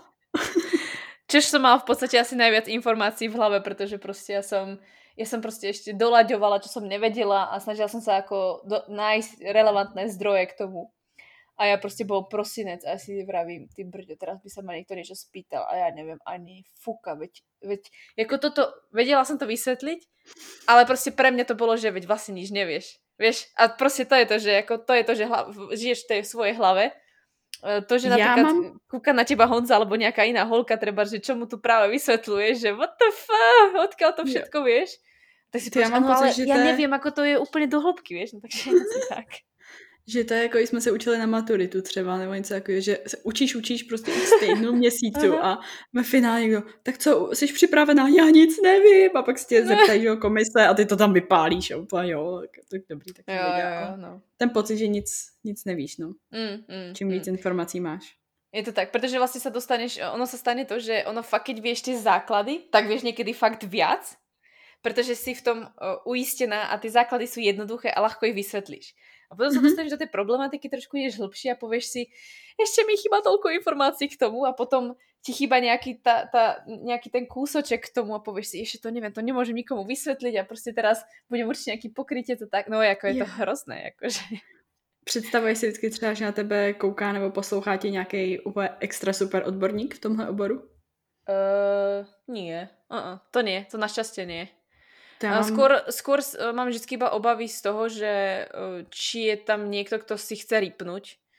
Čož som mala v podstate asi najviac informácií v hlave, pretože proste ja som proste ešte doľaďovala, čo som nevedela a snažila som sa ako nájsť relevantné zdroje k tomu. A ja proste bol prosinec a si vravím, ty brďo, teraz by sa ma niekto niečo spýtal a ja neviem ani fúka, veď ako toto, vedela som to vysvetliť, ale proste pre mňa to bolo, že veď vlastne nič nevieš, vieš? A proste to je to, že žiješ v tej svojej hlave, to, že napríklad kúka na teba Honza alebo nejaká iná holka, treba, že čo mu tu práve vysvetľuješ, že what the fuck, odkiaľ to všetko vieš? Tak si povieš, ale ja neviem, ako to je úplne do hĺbky, vieš? No takže tak. Že to je jako, jsme se učili na maturitu třeba, nebo něco takového, že se učíš prostě x týdnů, měsíců a ve finále někdo, tak co, jsi připravená? Já nic nevím. A pak se tě zeptají, jo, komise a ty to tam vypálíš a úplně, jo, tak dobrý, tak jo, no. Ten pocit, že nic nevíš, no. Čím víc informací máš. Je to tak, pretože vlastne sa dostaneš, ono sa stane to, že ono fakt, keď vieš tie základy, tak vieš niekedy fakt viac, pretože si v tom uistená a tie základy sú jednoduché a ľahko ich vysvetlíš. A potom sa dostaneš do tej problematiky, trošku ideš hlbšie a povieš si, ešte mi chýba toľko informácií k tomu a potom ti chýba nejaký ten kúsoček k tomu a povieš si, ešte to neviem, to nemôžem nikomu vysvetliť a proste teraz budem určite nejaký pokrytie, to tak, no ako je to hrozné, akože. Představuješ si vždycky třeba, že na tebe kouká nebo poslouchá ti nějaký úplně extra super odborník v tomhle oboru? Nie. To nie, to našťastie nie. Tam... Skôr mám vždy iba obavy z toho, že či je tam niekto, kto si chce ripnúť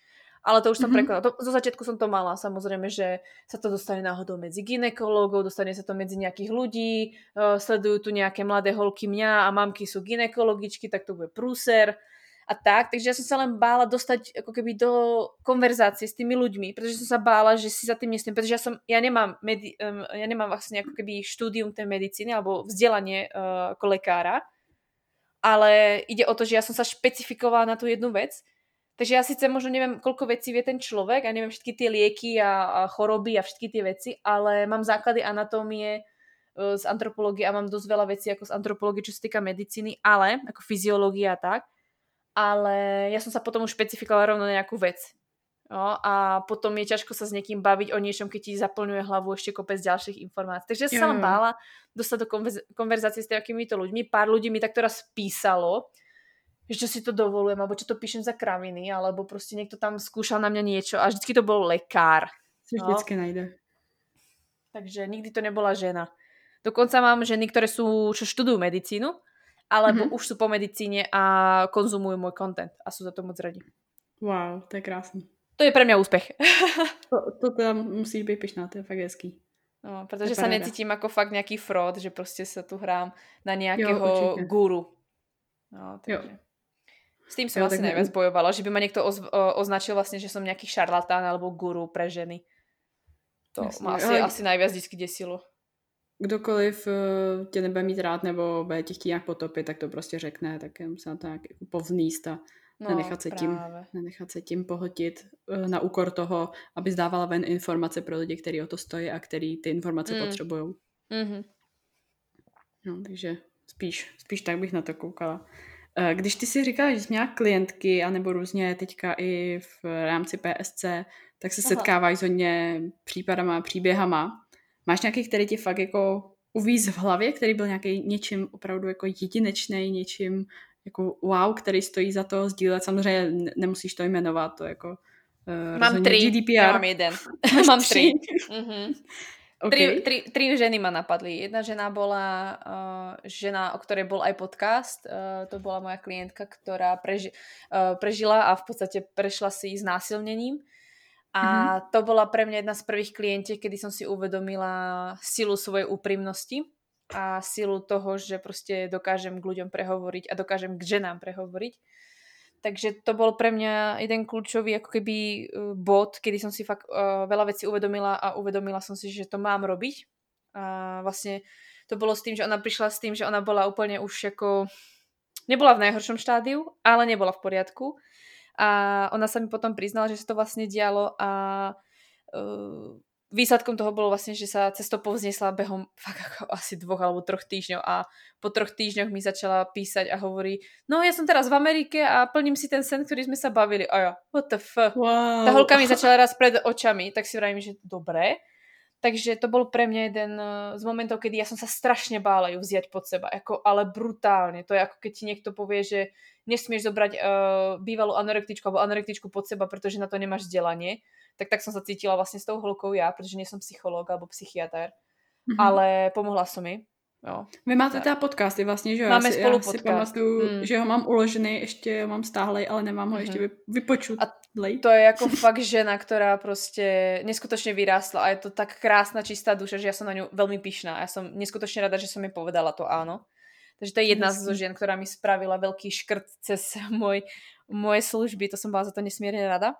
Ale to už som prekonala. Zo začiatku som to mala, samozrejme, že sa to dostane náhodou medzi gynekológov, dostane sa to medzi nejakých ľudí, sledujú tu nejaké mladé holky mňa a mamky sú gynekologičky, tak to bude prúser a tak. Takže ja som sa len bála dostať ako keby do konverzácie s tými ľuďmi, pretože som sa bála, že si za tým nestým, pretože ja nemám vlastne ako keby štúdium tej medicíny alebo vzdelanie ako lekára, ale ide o to, že ja som sa špecifikovala na tú jednu vec. Takže ja síce možno neviem, koľko vecí vie ten človek a neviem všetky tie lieky a choroby a všetky tie veci, ale mám základy anatómie z antropológie a mám dosť veľa vecí ako z antropológie, čo sa týka medicíny, ale ako fyziológia a tak. Ale ja som sa potom už špecifikovala rovno na nejakú vec. No, a potom je ťažko sa s niekým baviť o niečom, keď ti zaplňuje hlavu ešte kopec ďalších informácií. Takže ja som sa len bála dostať do konverzácie s takýmito ľuďmi. Pár ľudí mi takto raz písalo, že čo si to dovolujem, alebo čo to píšem za kraviny, alebo proste niekto tam skúšal na mňa niečo a vždycky to bol lekár. Vždycky najde. Takže nikdy to nebola žena. Dokonca mám ženy, ktoré čo študujú medicínu, alebo už sú po medicíne a konzumujú môj content a sú za to moc radi. Wow, to je krásný. To je pre mňa úspech. to tam musíš byť pyšná, to je fakt hezký. No, pretože sa necítim ako fakt nejaký fraud, že proste sa tu hrám na nejakého guru. No, takže... S tým som asi najviac bojovala, že by ma niekto označil vlastne, že som nejaký šarlatán alebo guru pre ženy. To ma asi najviac vždycky desilo. Kdokoliv tě nebude mít rád nebo bude tě chtít nějak potopit, tak to prostě řekne, tak se na to nějak povzníst a nenechat se tím pohltit na úkor toho, aby zdávala ven informace pro lidi, kteří o to stojí a který ty informace potřebujou. No, takže spíš tak bych na to koukala. Když ty si říkala, že jsi měla klientky, anebo různě teďka i v rámci PSC, tak se setkáváš s hodně případama, příběhama. Máš nějaký, který ti fakt jako uvíz v hlavě, který byl nějaký něčím opravdu jako jedinečný, něčím jako wow, který stojí za to sdílet? Samozřejmě nemusíš to jmenovat, to jako mám 3, GDPR. Ja mám 1. Mám 3. Okay. Tri ženy ma napadli. Jedna žena bola žena, o ktorej bol aj podcast. To bola moja klientka, ktorá prežila a v podstate prešla si znásilnením. A to bola pre mňa jedna z prvých klientiek, kedy som si uvedomila silu svojej úprimnosti a silu toho, že proste dokážem k ľuďom prehovoriť a dokážem k ženám prehovoriť. Takže to bol pre mňa jeden kľúčový ako keby bod, kedy som si fakt veľa vecí uvedomila a uvedomila som si, že to mám robiť. A vlastne to bolo s tým, že ona prišla s tým, že ona bola úplne už ako... Nebola v najhoršom štádiu, ale nebola v poriadku. A ona sa mi potom priznala, že sa to vlastne dialo a výsledkom toho bolo vlastne, že sa cez to povznesla behom fakt ako asi 2 alebo 3 týždňov a po 3 týždňoch mi začala písať a hovorí, no ja som teraz v Amerike a plním si ten sen, ktorý sme sa bavili. A ja, what the fuck? Wow. Tá holka mi začala raz pred očami, tak si vravím, že dobré. Takže to bol pre mňa jeden z momentov, kedy ja som sa strašne bála ju vziať pod seba, ako, ale brutálne. To je ako keď ti niekto povie, že nesmieš zobrať bývalú anorektičku alebo anorektičku pod seba, pretože na to nemáš vzdelanie. Tak som sa cítila vlastne s tou holkou ja, pretože nie som psychológ alebo psychiatr. Ale pomohla som jej. Jo. Vy máte teda podcasty vlastně, že jo? Máme spolu podcast. Já si pamatuju, že ho mám uložený, ještě ho mám stáhlej, ale nemám ho ještě vypočuť. A to je jako fakt žena, ktorá prostě neskutočne vyrástla a je to tak krásna, čistá duša, že ja som na ňu veľmi pyšná. Ja som neskutočne rada, že som jej povedala to áno. Takže to je jedna zo žien, ktorá mi spravila veľký škrt cez moje služby. To som bola za to nesmierne rada.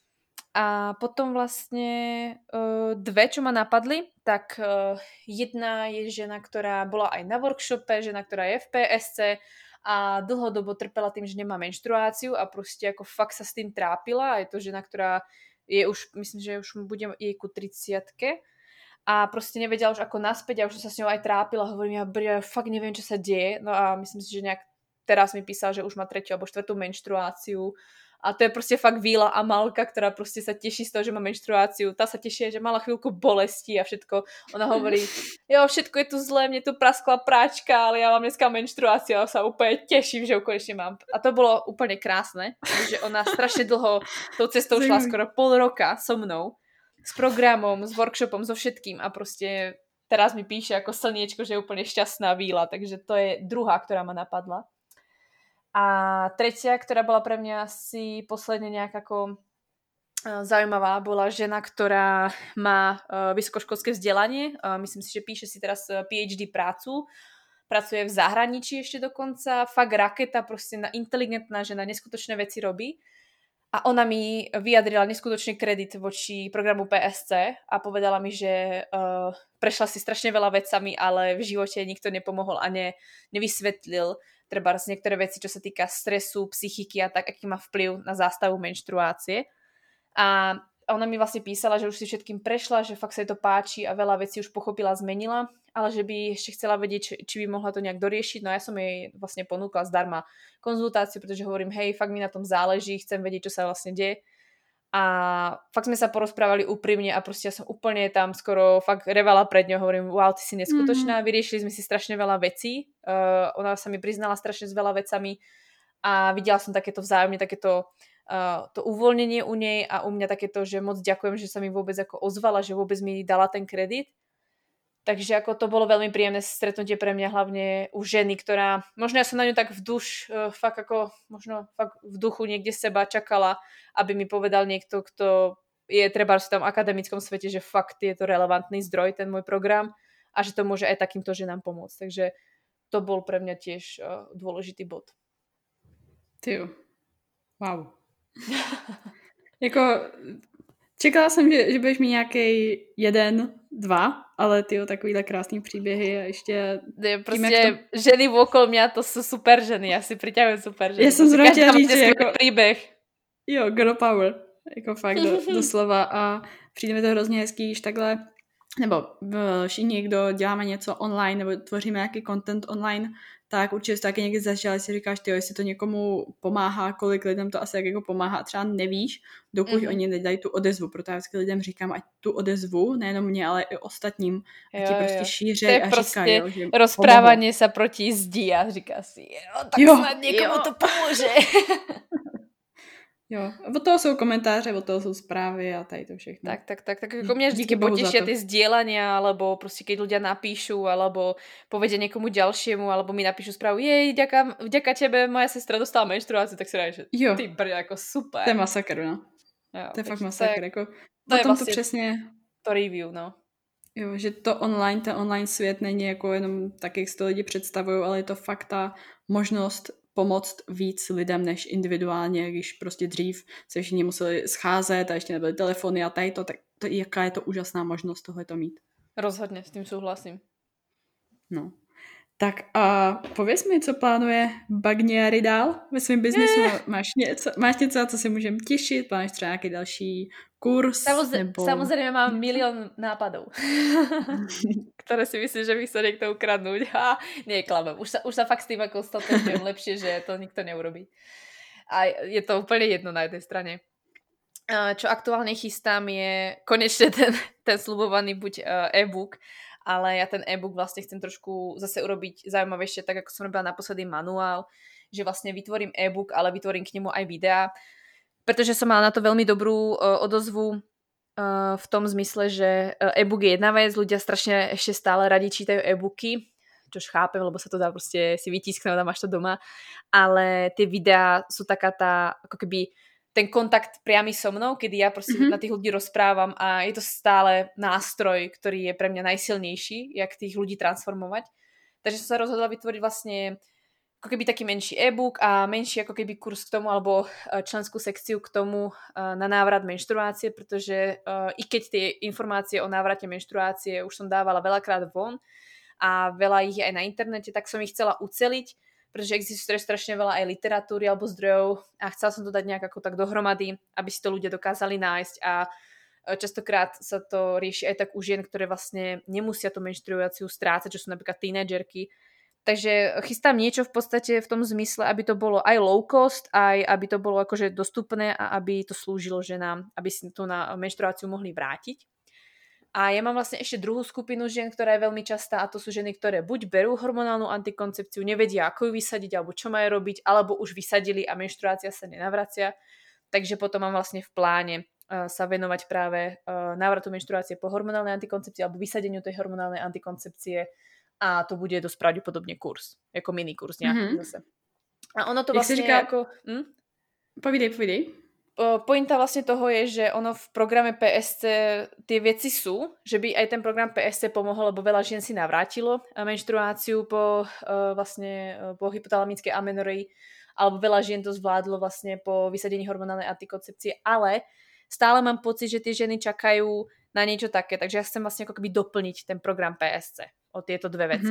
A potom vlastne 2, čo ma napadli, tak jedna je žena, ktorá bola aj na workshope, žena, ktorá je v PSC a dlhodobo trpela tým, že nemá menštruáciu a proste ako fakt sa s tým trápila. A je to žena, ktorá je už, myslím, že už bude jej ku 30-ke a proste nevedela už ako naspäť a už som sa s ňou aj trápila. Hovorím, ja fakt neviem, čo sa deje. No a myslím si, že nejak teraz mi písal, že už má 3. alebo 4. menštruáciu. A to je proste fakt víla Amalka, ktorá proste sa teší z toho, že má menštruáciu. Tá sa teší, že mala chvíľku bolesti a všetko. Ona hovorí, jo, všetko je tu zlé, mne tu praskla práčka, ale ja mám dneska menštruáciu a sa úplne teším, že ju konečne mám. A to bolo úplne krásne, že ona strašne dlho tou cestou šla, skoro pol roka so mnou, s programom, s workshopom, so všetkým a proste teraz mi píše ako slniečko, že je úplne šťastná víla, takže to je druhá, ktorá ma napadla. A 3, ktorá bola pre mňa asi posledne nejak ako zaujímavá, bola žena, ktorá má vysokoškolské vzdelanie. Myslím si, že píše si teraz PhD prácu. Pracuje v zahraničí ešte dokonca. Fakt raketa, proste inteligentná žena, neskutočné veci robí. A ona mi vyjadrila neskutočný kredit voči programu PSC a povedala mi, že prešla si strašne veľa vecami, ale v živote nikto nepomohol a nevysvetlil trebárs niektoré veci, čo sa týka stresu, psychiky a tak, aký má vplyv na zástavu menštruácie. A ona mi vlastne písala, že už si všetkým prešla, že fakt sa jej to páči a veľa vecí už pochopila, zmenila, ale že by ešte chcela vedieť, či by mohla to nejak doriešiť. No ja som jej vlastne ponúkla zdarma konzultáciu, pretože hovorím, hej, fakt mi na tom záleží, chcem vedieť, čo sa vlastne deje. A fakt sme sa porozprávali úprimne a proste ja som úplne tam skoro fakt revala pred ňou, hovorím, wow, ty si neskutočná, vyriešili sme si strašne veľa vecí, ona sa mi priznala strašne s veľa vecami a videla som takéto vzájomne, takéto to uvoľnenie u nej a u mňa takéto, že moc ďakujem, že sa mi vôbec ako ozvala, že vôbec mi dala ten kredit. Takže ako to bolo veľmi príjemné stretnutie pre mňa, hlavne u ženy, ktorá, možno ja som na ňu tak fakt ako, možno fakt v duchu niekde seba čakala, aby mi povedal niekto, kto je treba v tom akademickom svete, že fakt je to relevantný zdroj, ten môj program a že to môže aj takýmto ženám pomôcť. Takže to bol pre mňa tiež dôležitý bod. Tyjo. Wow. Jako, čekala jsem, že budeš mít nějaký 1, 2, ale tyjo, takovýhle krásný příběhy a ještě... Prostě ženy okolo mě, to jsou super ženy, já si přiťahujem super ženy. Já jsem zrovna chtěla říct, že jako... příběh. Jo, girl power, jako fakt doslova a přijde mi to hrozně hezký, když takhle, nebo všichni, kdo děláme něco online nebo tvoříme nějaký content online, tak určitě jsi taky někdy zažila, jestli říkáš, tyjo, jestli to někomu pomáhá, kolik lidem to asi jako pomáhá, třeba nevíš, dokud oni nedají tu odezvu, proto já vždycky lidem říkám, ať tu odezvu, nejenom mě, ale i ostatním, ať ti prostě šířej a prostě říkají, že rozprávání se proti zdi a říká si, tak snad někomu to pomůže. Jo, od toho jsou komentáře, od toho jsou správy a tady to všechno. Tak jako mě vždycky potešia ty sdielania, alebo prostě keď ľudia napíšu, alebo povedia niekomu ďalšiemu, alebo mi napíšu správu, jej, vďaka tebe moja sestra dostala menštruáciu, tak si rád, že ty brďo, jako super. To je masakr, no. Jo, to je fakt masakr, jako to je vlastně to přesně... To review, no. Jo, že to ten online svět není jako jenom tak, jak si to lidi představují, ale je to fakt ta možnost pomoct víc lidem než individuálně, když prostě dřív se všichni museli scházet a ještě nebyly telefony a tady to, tak to, jaká je to úžasná možnost tohleto mít. Rozhodně, s tím souhlasím. No. Tak a pověz mi, co plánuje Bagniary dál ve svém biznesu? Máš něco, na co si můžeme těšit? Plánuješ třeba nějaký další kurz? Samozřejmě mám milion nápadů, které si myslím, že bych se někdo ukradnout. Nie, klamem. Už sa fakt s tým ako stotožňujem lepšie, že to nikto neurobí. A je to úplně jedno na jednej strane. Čo aktuálne chystám je konečne ten slubovaný buď e-book, ale ja ten e-book vlastne chcem trošku zase urobiť zaujímavejšie, tak ako som robila naposledy manuál, že vlastne vytvorím e-book, ale vytvorím k nemu aj videá, pretože som mala na to veľmi dobrú odozvu v tom zmysle, že e-book je jedna vec, ľudia strašne ešte stále radi čítajú e-booky, čož chápem, lebo sa to dá proste si vytisknúť a máš to doma, ale tie videá sú taká tá, ako keby ten kontakt priamy so mnou, kedy ja proste na tých ľudí rozprávam a je to stále nástroj, ktorý je pre mňa najsilnejší, jak tých ľudí transformovať. Takže som sa rozhodla vytvoriť vlastne ako keby taký menší e-book a menší ako keby kurz k tomu alebo členskú sekciu k tomu na návrat menštruácie, pretože i keď tie informácie o návrate menštruácie už som dávala veľakrát von a veľa ich je aj na internete, tak som ich chcela uceliť, pretože existuje strašne veľa aj literatúry alebo zdrojov a chcela som to dať nejak ako tak dohromady, aby si to ľudia dokázali nájsť a častokrát sa to rieši aj tak u žien, ktoré vlastne nemusia tú menštruáciu strácať, čo sú napríklad tínedžerky. Takže chystám niečo v podstate v tom zmysle, aby to bolo aj low cost, aj aby to bolo akože dostupné a aby to slúžilo ženám, aby si tu na menštruáciu mohli vrátiť. A ja mám vlastne ešte druhú skupinu žien, ktorá je veľmi častá a to sú ženy, ktoré buď berú hormonálnu antikoncepciu, nevedia, ako ju vysadiť alebo čo majú robiť, alebo už vysadili a menštruácia sa nenavracia. Takže potom mám vlastne v pláne sa venovať práve návratu menštruácie po hormonálnej antikoncepcii alebo vysadeniu tej hormonálnej antikoncepcie a to bude dosť pravdepodobne kurz, jako mini kurz nejaký zase. A ono to vlastne říká... ako... Povídej. pointa vlastne toho je, že ono v programe PSC tie veci sú, že by aj ten program PSC pomohol, lebo veľa žien si navrátilo menštruáciu po hypotalamickej amenorei, alebo veľa žien to zvládlo vlastne po vysadení hormonálnej antikoncepcie, ale stále mám pocit, že tie ženy čakajú na niečo také, takže ja chcem vlastne ako keby doplniť ten program PSC o tieto dve veci.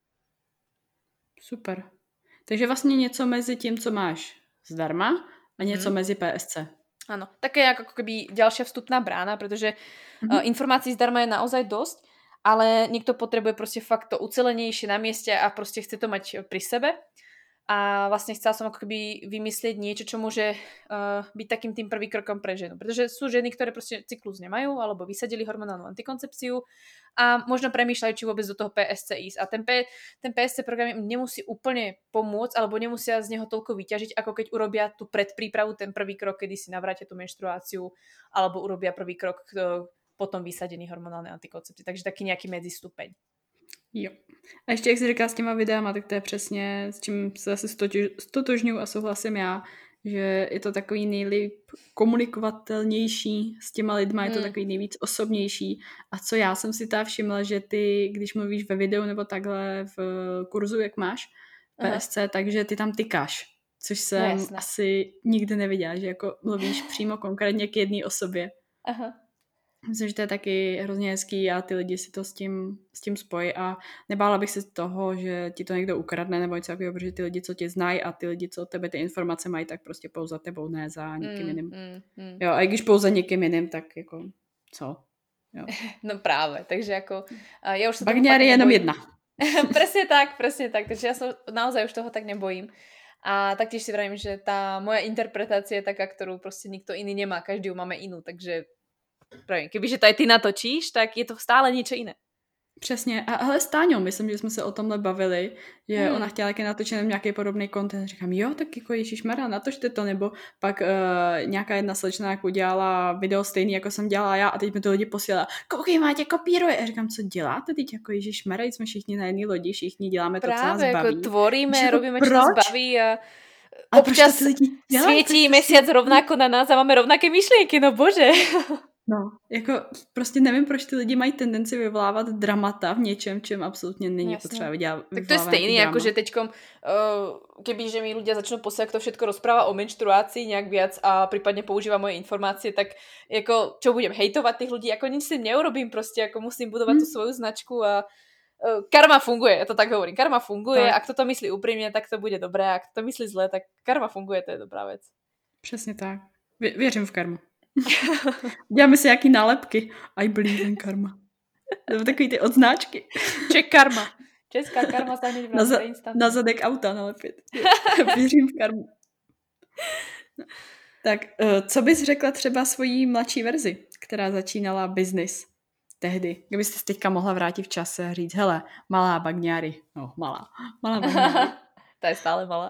Super. Takže vlastně něco mezi tím, co máš zdarma a něco mezi PSC. Áno, také ako keby ďalšia vstupná brána, pretože informácií zdarma je naozaj dosť, ale niekto potrebuje proste fakt to ucelenejšie na mieste a proste chce to mať pri sebe. A vlastne chcela som ako keby vymyslieť niečo, čo môže byť takým tým prvý krokom pre ženu. Pretože sú ženy, ktoré proste cyklus nemajú alebo vysadili hormonálnu antikoncepciu a možno premýšľajú, či vôbec do toho PSC ísť. A ten PSC program im nemusí úplne pomôcť alebo nemusia z neho toľko vyťažiť, ako keď urobia tú predprípravu, ten prvý krok, kedy si navrátia tú menštruáciu alebo urobia prvý krok potom vysadení hormonálnej antikoncepcie. Takže taký nejaký medzistupeň. Jo. A ještě jak jsi říká s těma videama, tak to je přesně, s čím se zase stotožňuji a souhlasím já, že je to takový nejlíp komunikovatelnější s těma lidma, je to takový nejvíc osobnější. A co já jsem si všimla, že ty, když mluvíš ve videu nebo takhle v kurzu, jak máš PSC, takže ty tam tykáš, což jsem asi nikdy neviděla, že jako mluvíš přímo konkrétně k jedné osobě. Aha. Myslím, že to je taky hrozně hezký a ty lidi si to s tím spojí a nebála bych se toho, že ti to někdo ukradne nebo něco takového, protože ty lidi, co tě znají a ty lidi, co od tebe ty informace mají, tak prostě pouze za tebou, ne za někým jiným. Jo, a i když pouze někým jiným, tak jako co? Jo. No práve, takže ako... Ja už sa Bagňári je jenom jedna. presne tak, takže ja sa naozaj už toho tak nebojím. A taktiež si vravím, že tá moja interpretácia je taká, ktorú proste nikto iný nemá, každý ju máme inú, takže pravím, kebyže to aj ty natočíš, tak je to stále niečo iné. Přesně. A hele, s Táňou, myslím, že jsme se o tomhle bavili, že ona chtěla taky natočit nějaký podobný content. Říkám, jo, tak jako ježišmarja, natočte to, nebo pak nějaká jedna slečna jako udělala video stejný, jako jsem dělala já a teď mi to lidi posílala, koukej, Mátě kopíruje. A říkám, co děláte teď, jako ježišmarja, jsme všichni na jedné lodi, všichni děláme to, co nás baví. Práve, ako tvoríme, robíme, čo nás baví a občas svietí mesiac rovnako na nás a máme rovnaké myšlienky, no bože. No, jako prostě nevím, proč ty lidi mají tendenci vyvolávat dramata v něčem, čem absolutně není potřeba vyvolávat. Tak to je stejný, ako že teďkom, kebyže mi ľudia začnú posielať, kto všetko rozpráva o menštruácii nejak viac a prípadne používa moje informácie, tak ako, čo budem hejtovať tých ľudí, ako nič si neurobím proste, ako musím budovať tú svoju značku a karma funguje, ja to tak hovorím, karma funguje, ak to myslí úprimne, tak to bude dobré, ak to myslí zle, tak karma funguje, to je dobrá vec. Přesně tak. Věřím v karmu. Děláme si jaký nálepky. I believe in karma. Nebo takový ty odznáčky. Czech karma. Česká karma sa hneď vrátí instantně. Na zadek auta nalepit. Věřím v karmu. No. Tak, co bys řekla třeba svojí mladší verzi, která začínala biznis tehdy? Kdybyste teďka mohla vrátit v čase a říct, hele, malá Bagňári. No, malá Bagňári. Ta je stále malá.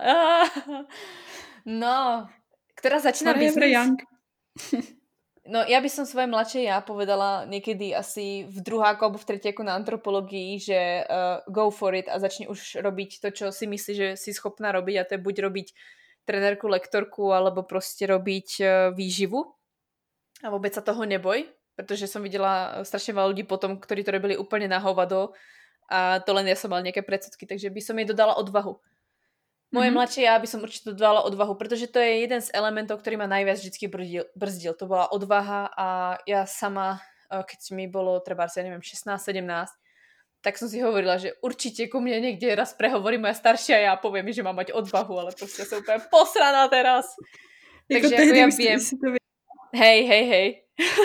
No, ktorá začína biznis. No ja by som svoje mladšie ja povedala niekedy asi v druháku alebo v tretiaku na antropológii, že go for it a začni už robiť to, čo si myslíš, že si schopná robiť a to je buď robiť trenérku, lektorku alebo proste robiť výživu a vôbec sa toho neboj, pretože som videla strašne veľa ľudí potom, ktorí to robili úplne na hovado a to len ja som mala nejaké predsudky, takže by som jej dodala odvahu. Moje mladšie ja by som určite dodala odvahu, pretože to je jeden z elementov, ktorý ma najviac vždycky brzdil. To bola odvaha a ja sama, keď mi bolo treba, ja neviem, 16-17, tak som si hovorila, že určite ku mne niekde raz prehovorí moja staršia a ja poviem, že mám mať odvahu, ale proste som úplne posraná teraz. Takže ako ja viem. Hej.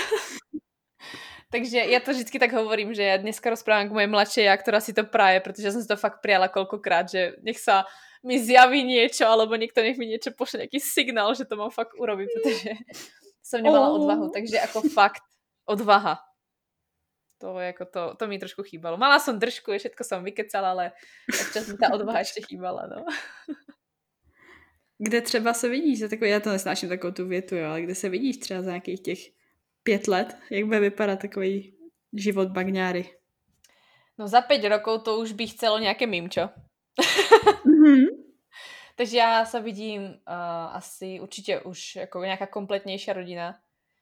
Takže ja to vždycky tak hovorím, že ja dneska rozprávam k mojej mladšej ja, ktorá si to praje, pretože ja som si to fakt prijala koľkokrát, že nech sa mi zjaví niečo, alebo niekto nech mi niečo pošle, nejaký signál, že to mám fakt urobiť, pretože som nemala odvahu. Takže ako fakt odvaha. To mi trošku chýbalo. Mala som držku, všetko som vykecala, ale občas mi tá odvaha ešte chýbala. No. Kde třeba se vidíš, já to nesnáším takovou tu větu, jo, ale kde se vidíš třeba za nějakých těch 5 let, jak bude vypadat takový život Bagňári? No za 5 rokov to už by chcelo nejaké mimčo. Takže já sa vidím asi určite už ako nejaká kompletnejšia rodina.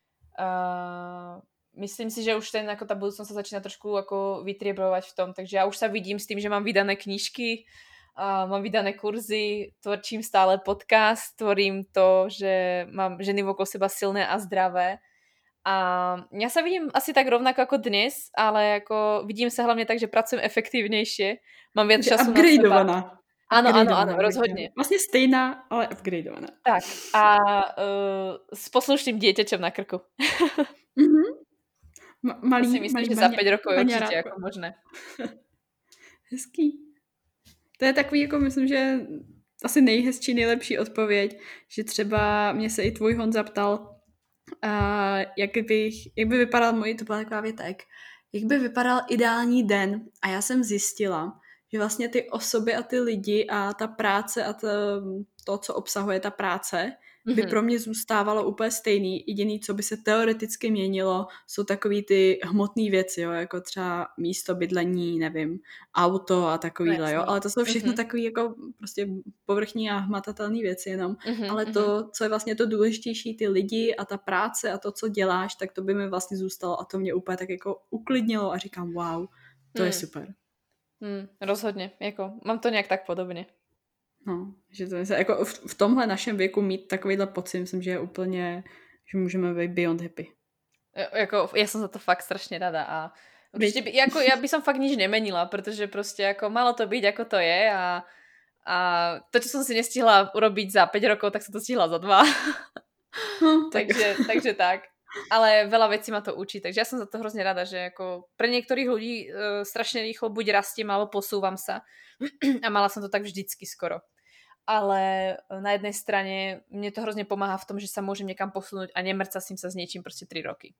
Myslím si, že už ako tá budúcnosť sa začína trošku ako vytriebrovať v tom, takže ja už sa vidím s tým, že mám vydané knižky, mám vydané kurzy, tvorčím stále podcast, tvorím to, že mám ženy okolo seba silné a zdravé. A ja sa vidím asi tak rovnako ako dnes, ale ako vidím sa hlavne tak, že pracujem efektívnejšie, mám viac času na seba. Áno, rozhodne. Vlastne stejná, ale upgradeovaná. Tak, a s poslušným dieťaťom na krku. Malý, to si myslím, že za 5 rokov je určite ako možné. Hezký. To je takový, jako myslím, že asi nejhezčí, nejlepší odpověď, že třeba mě se i tvůj Honza ptal, jak by vypadal můj, to byla taková větek, jak by vypadal ideální den. A já jsem zjistila, že vlastně ty osoby a ty lidi a ta práce a to, co obsahuje ta práce, by pro mě zůstávalo úplně stejný. Jediný, co by se teoreticky měnilo, jsou takový ty hmotné věci, jo, jako třeba místo bydlení, nevím, auto a takovýhle, jo, ale to jsou všechno takový jako prostě povrchní a hmatatelné věci jenom, ale to, co je vlastně to důležitější, ty lidi a ta práce a to, co děláš, tak to by mi vlastně zůstalo a to mě úplně tak jako uklidnilo a říkám, wow, to je super. Rozhodně, jako mám to nějak tak podobně. No, že to je, jako v tomhle našem věku mít takovýhle pocit, myslím, že je úplně, že můžeme být beyond happy. Jako, ja som za to fakt strašne rada a určite ja by som fakt nič nemenila, pretože proste ako malo to byť, ako to je a to, čo som si nestihla urobiť za 5 rokov, tak som to stihla za 2. takže tak. Ale veľa vecí ma to učí, takže ja som za to hrozne rada, že ako pre niektorých ľudí strašne rýchlo buď rastiem, alebo posúvam sa a mala som to tak vždycky skoro. Ale na jednej strane mne to hrozne pomáha v tom, že sa môžem niekam posunúť a nemrcasím sa s niečím proste 3 roky.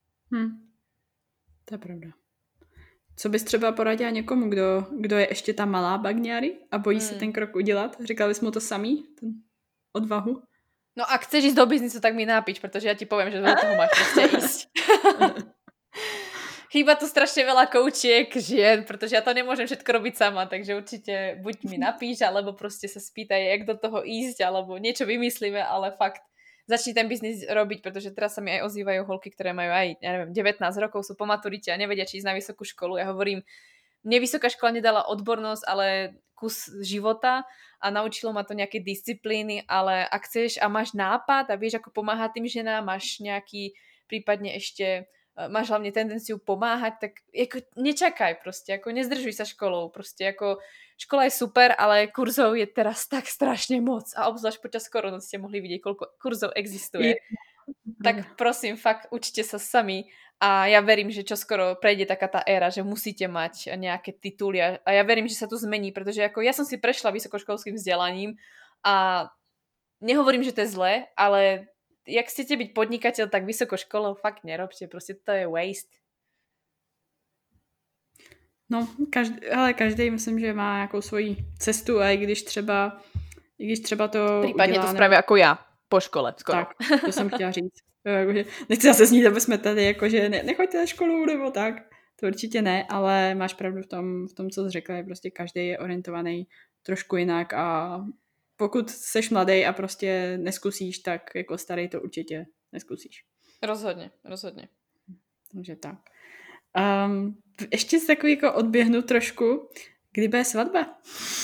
To je pravda. Co bys třeba poradila někomu, kdo je ještě ta malá bagňáry a bojí se ten krok udělat? Říkala bys mu to samý? Ten odvahu? No ak chceš ísť do biznisu, tak mi nápič, pretože ja ti poviem, že do toho máš proste ísť. Chýba tu strašne veľa koučiek žien, pretože ja to nemôžem všetko robiť sama, takže určite buď mi napíš, alebo proste sa spýtaj, jak do toho ísť, alebo niečo vymyslíme, ale fakt začni ten biznis robiť, pretože teraz sa mi aj ozývajú holky, ktoré majú aj, ja neviem, 19 rokov, sú po maturite a nevedia, či ísť na vysokú školu. Ja hovorím, mne vysoká škola nedala odbornosť, ale kus života a naučilo ma to nejaké disciplíny, ale ak chceš a máš nápad a vieš, ako pomáhať tým ženám, máš nejaký, prípadne ešte máš hlavne tendenciu pomáhať, tak ako nečakaj proste, ako nezdržuj sa školou, proste ako škola je super, ale kurzov je teraz tak strašne moc a obzvlášť počas korony ste mohli vidieť, koľko kurzov existuje. Tak prosím, fakt učte sa sami a ja verím, že čoskoro prejde taká tá éra, že musíte mať nejaké tituly a ja verím, že sa to zmení, pretože ako ja som si prešla vysokoškolským vzdelaním a nehovorím, že to je zlé, ale jak chcete byť podnikateľ, tak vysokou školou fakt nerobte, proste to je waste. No, každý myslím, že má nějakou svoji cestu a i když třeba to případně to spraví jako já, po škole skoro. Tak, to jsem chtěla říct. Nechci zase znít, aby jsme tady jakože nechoďte na školu nebo tak. To určitě ne, ale máš pravdu v tom, co jsi řekla, je prostě každý je orientovaný trošku jinak a pokud seš mladý a prostě neskusíš, tak jako starý to určitě neskusíš. Rozhodně. Takže tak. Ještě si takový jako odběhnu trošku. Kdy bude svatba?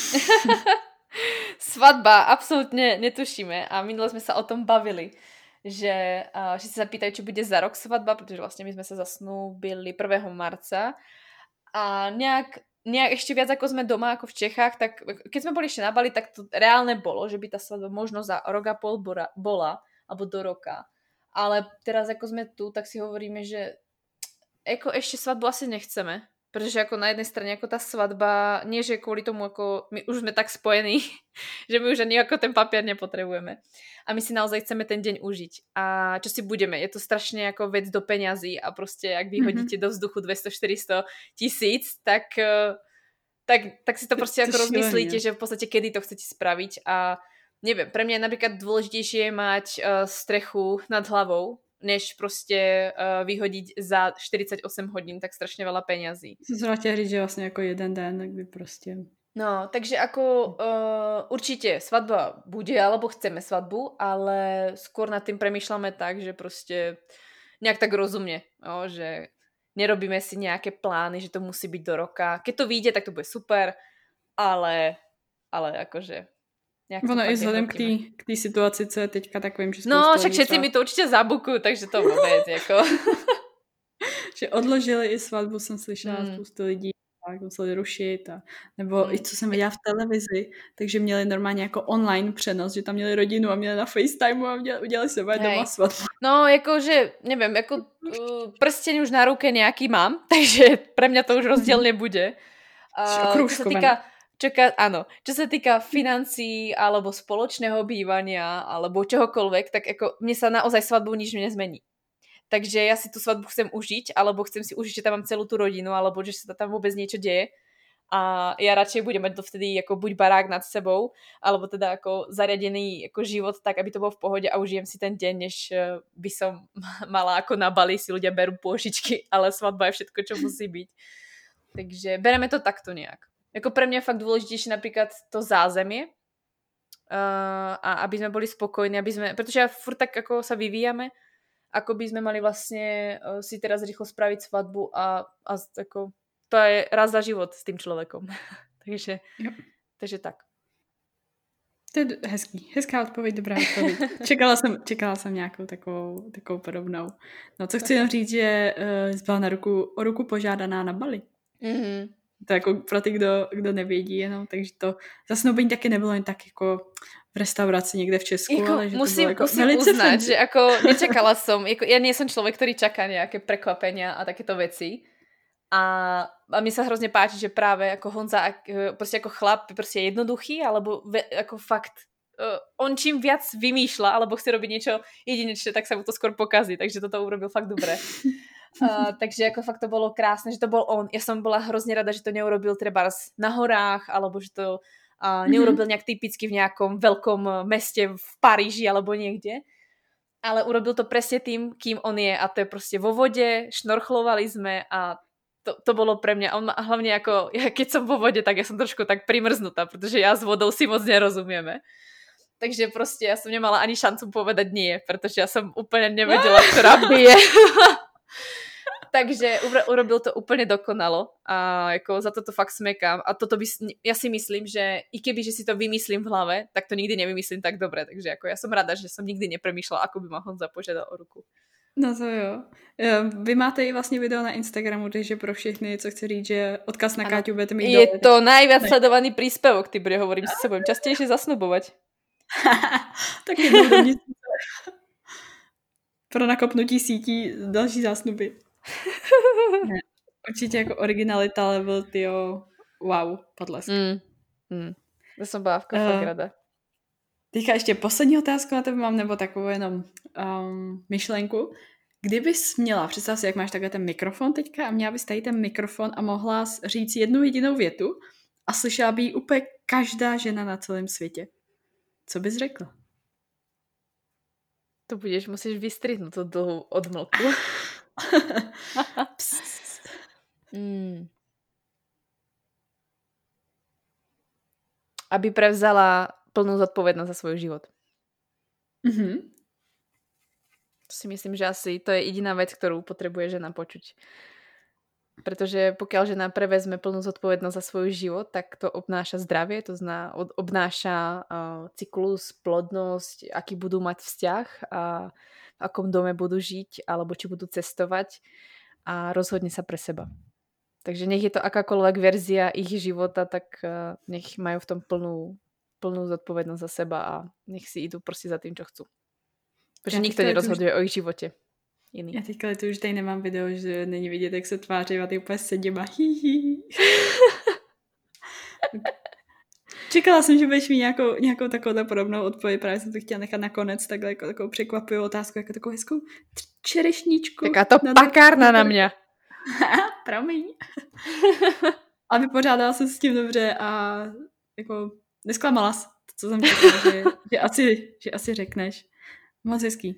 Svadba, absolútne netušíme a minule sme sa o tom bavili, že si sa pýtajú, či bude za rok svadba, pretože vlastne my sme sa zasnúbili 1. marca a nejak ešte viac ako sme doma, ako v Čechách, tak keď sme boli ešte na Bali, tak to reálne bolo, že by tá svadba možno za rok a pol bola, alebo do roka. Ale teraz ako sme tu, tak si hovoríme, že ako ešte svadbu asi nechceme, pretože ako na jednej strane ako tá svadba, nie že kvôli tomu, ako my už sme tak spojení, že my už ani ako ten papier nepotrebujeme. A my si naozaj chceme ten deň užiť. A čo si budeme? Je to strašne ako vec do peňazí a proste ak vyhodíte do vzduchu 200-400 tisíc, tak si to proste ako rozmyslíte, že v podstate kedy to chcete spraviť. A neviem, pre mňa je napríklad dôležitejšie mať strechu nad hlavou, než prostě vyhodiť za 48 hodín tak strašně veľa peňazí. Jsem se chtěla říct, že vlastně jako jeden den, kdy prostě... No, takže ako určite svadba bude, alebo chceme svadbu, ale skôr nad tým premýšľame tak, že proste nejak tak rozumne, jo, že nerobíme si nejaké plány, že to musí byť do roka. Keď to vyjde, tak to bude super, ale akože nejak to Ono i fakt vzhledem nehrotíme. k té situaci, co je teďka, tak vím, že No, spousta však lidí všetci třeba, mi to určite zabukujú, takže to vôbec, jako. že odložili i svatbu, jsem slyšela spoustu lidí, tak museli rušit, nebo i co jsem viděla v televizi, takže měli normálně jako online přenos, že tam měli rodinu a měli na FaceTime a udělali se doma svatbu. No, jakože, neviem, ako prsteň už na ruke nejaký mám, takže pre mňa to už rozdielne bude. Čo sa týka financií alebo spoločného bývania alebo čohokoľvek, tak ako mne sa naozaj svadbu nič nezmení. Takže ja si tú svadbu chcem užiť, alebo chcem si užiť, že tam mám celú tú rodinu, alebo že sa tam vôbec niečo deje. A ja radšej budem mať dovtedy ako buď barák nad sebou, alebo teda ako zariadený ako život tak, aby to bolo v pohode a užijem si ten deň, než by som mala ako na Bali, si ľudia berú pôžičky, ale svadba je všetko, čo musí byť. Takže bereme to takto nejak. Jako pre mňa je fakt dôležitejšie napríklad to zázemie, a aby sme boli spokojní, pretože ja furt tak ako sa vyvíjame, ako by sme mali vlastne si teraz rýchlo spraviť svadbu a ako to je raz za život s tým človekom. takže tak. To je hezká odpověď, dobrá odpověď. Čekala jsem nějakou takovou podobnou. No, co chci jenom říct, že byla o ruku požádaná na Bali. Mm-hmm. To jako pro ty, kdo nevědí jenom, takže to zasnoubení taky nebylo jen tak jako v restauraci někde v Česku, jako, ale že musím, to bylo jako musím uznať, že ako nečakala som, ja nie som človek, ktorý čaká nejaké prekvapenia a takéto veci. A mi sa hrozne páči, že práve ako Honza, proste ako chlap, proste jednoduchý, alebo ako fakt, on čím viac vymýšľa, alebo chce robiť niečo jedinečné, tak sa mu to skôr pokazí, takže toto urobil fakt dobre. Takže ako fakt to bolo krásne, že to bol on. Ja som bola hrozne rada, že to neurobil trebárs na horách, alebo že to neurobil nejak typicky v nejakom veľkom meste v Paríži alebo niekde, ale urobil to presne tým, kým on je, a to je proste vo vode, šnorchlovali sme a to bolo pre mňa, on hlavne ako, keď som vo vode, tak ja som trošku tak primrznutá, pretože ja s vodou si moc nerozumieme. Takže proste ja som nemala ani šancu povedať nie, pretože ja som úplne nevedela, ktorá bije. Takže urobil to úplne dokonalo a ako za toto fakt smekám. A toto ja si myslím, že i keby, že si to vymyslím v hlave, tak to nikdy nevymyslím tak dobre. Takže ako ja som rada, že som nikdy nepremýšľala, ako by ma Honza požiadal o ruku. No to jo. Vy máte i vlastně video na Instagramu, takže pro všechny, co chci říct, že odkaz na Káťu budete mít dole. Je to najviac sledovaný príspevok, ty bude, hovorím si, sa budem častejšie zasnubovať. Tak jednou do měsíce. Pro nakopnutí sítí další zásnuby. Ne, určitě jako originalita level, tyjo, wow, podlesk. To som byla fakt rada. Teďka ještě poslední otázku na tebe mám, nebo takovou jenom myšlenku. Kdybys měla, představ si, jak máš takhle ten mikrofon teďka a měla bys tady ten mikrofon a mohla říct jednu jedinou větu a slyšela by ji úplně každá žena na celém světě. Co bys řekla? To musíš vystrihnúť tú dlhú odmlku. Aby prevzala plnú zodpovednosť za svoj život. To si myslím, že asi to je jediná vec, ktorú potrebuje žena počuť. Pretože pokiaľ žena prevezme plnú zodpovednosť za svoj život, tak to obnáša zdravie, to obnáša cyklus, plodnosť, aký budú mať vzťah a v akom dome budú žiť, alebo či budú cestovať a rozhodne sa pre seba. Takže nech je to akákoľvek verzia ich života, tak nech majú v tom plnú zodpovednosť za seba a nech si idú proste za tým, čo chcú. Protože nikto nerozhoduje o ich živote. Jiný. Já teďka tu už tady nemám video, že není vidět, jak se tváří a ty úplně sedím a Čekala jsem, že budeš mít nějakou takovou podobnou odpověď, právě jsem to chtěla nechat nakonec, takhle jako takovou překvapivou otázku, jako takovou hezkou čerešničku. Taká to pakárna na mě. Promiň. A vypořádala jsem s tím dobře a jako nesklamala jsi, co jsem čekala, že asi řekneš. Moc hezký.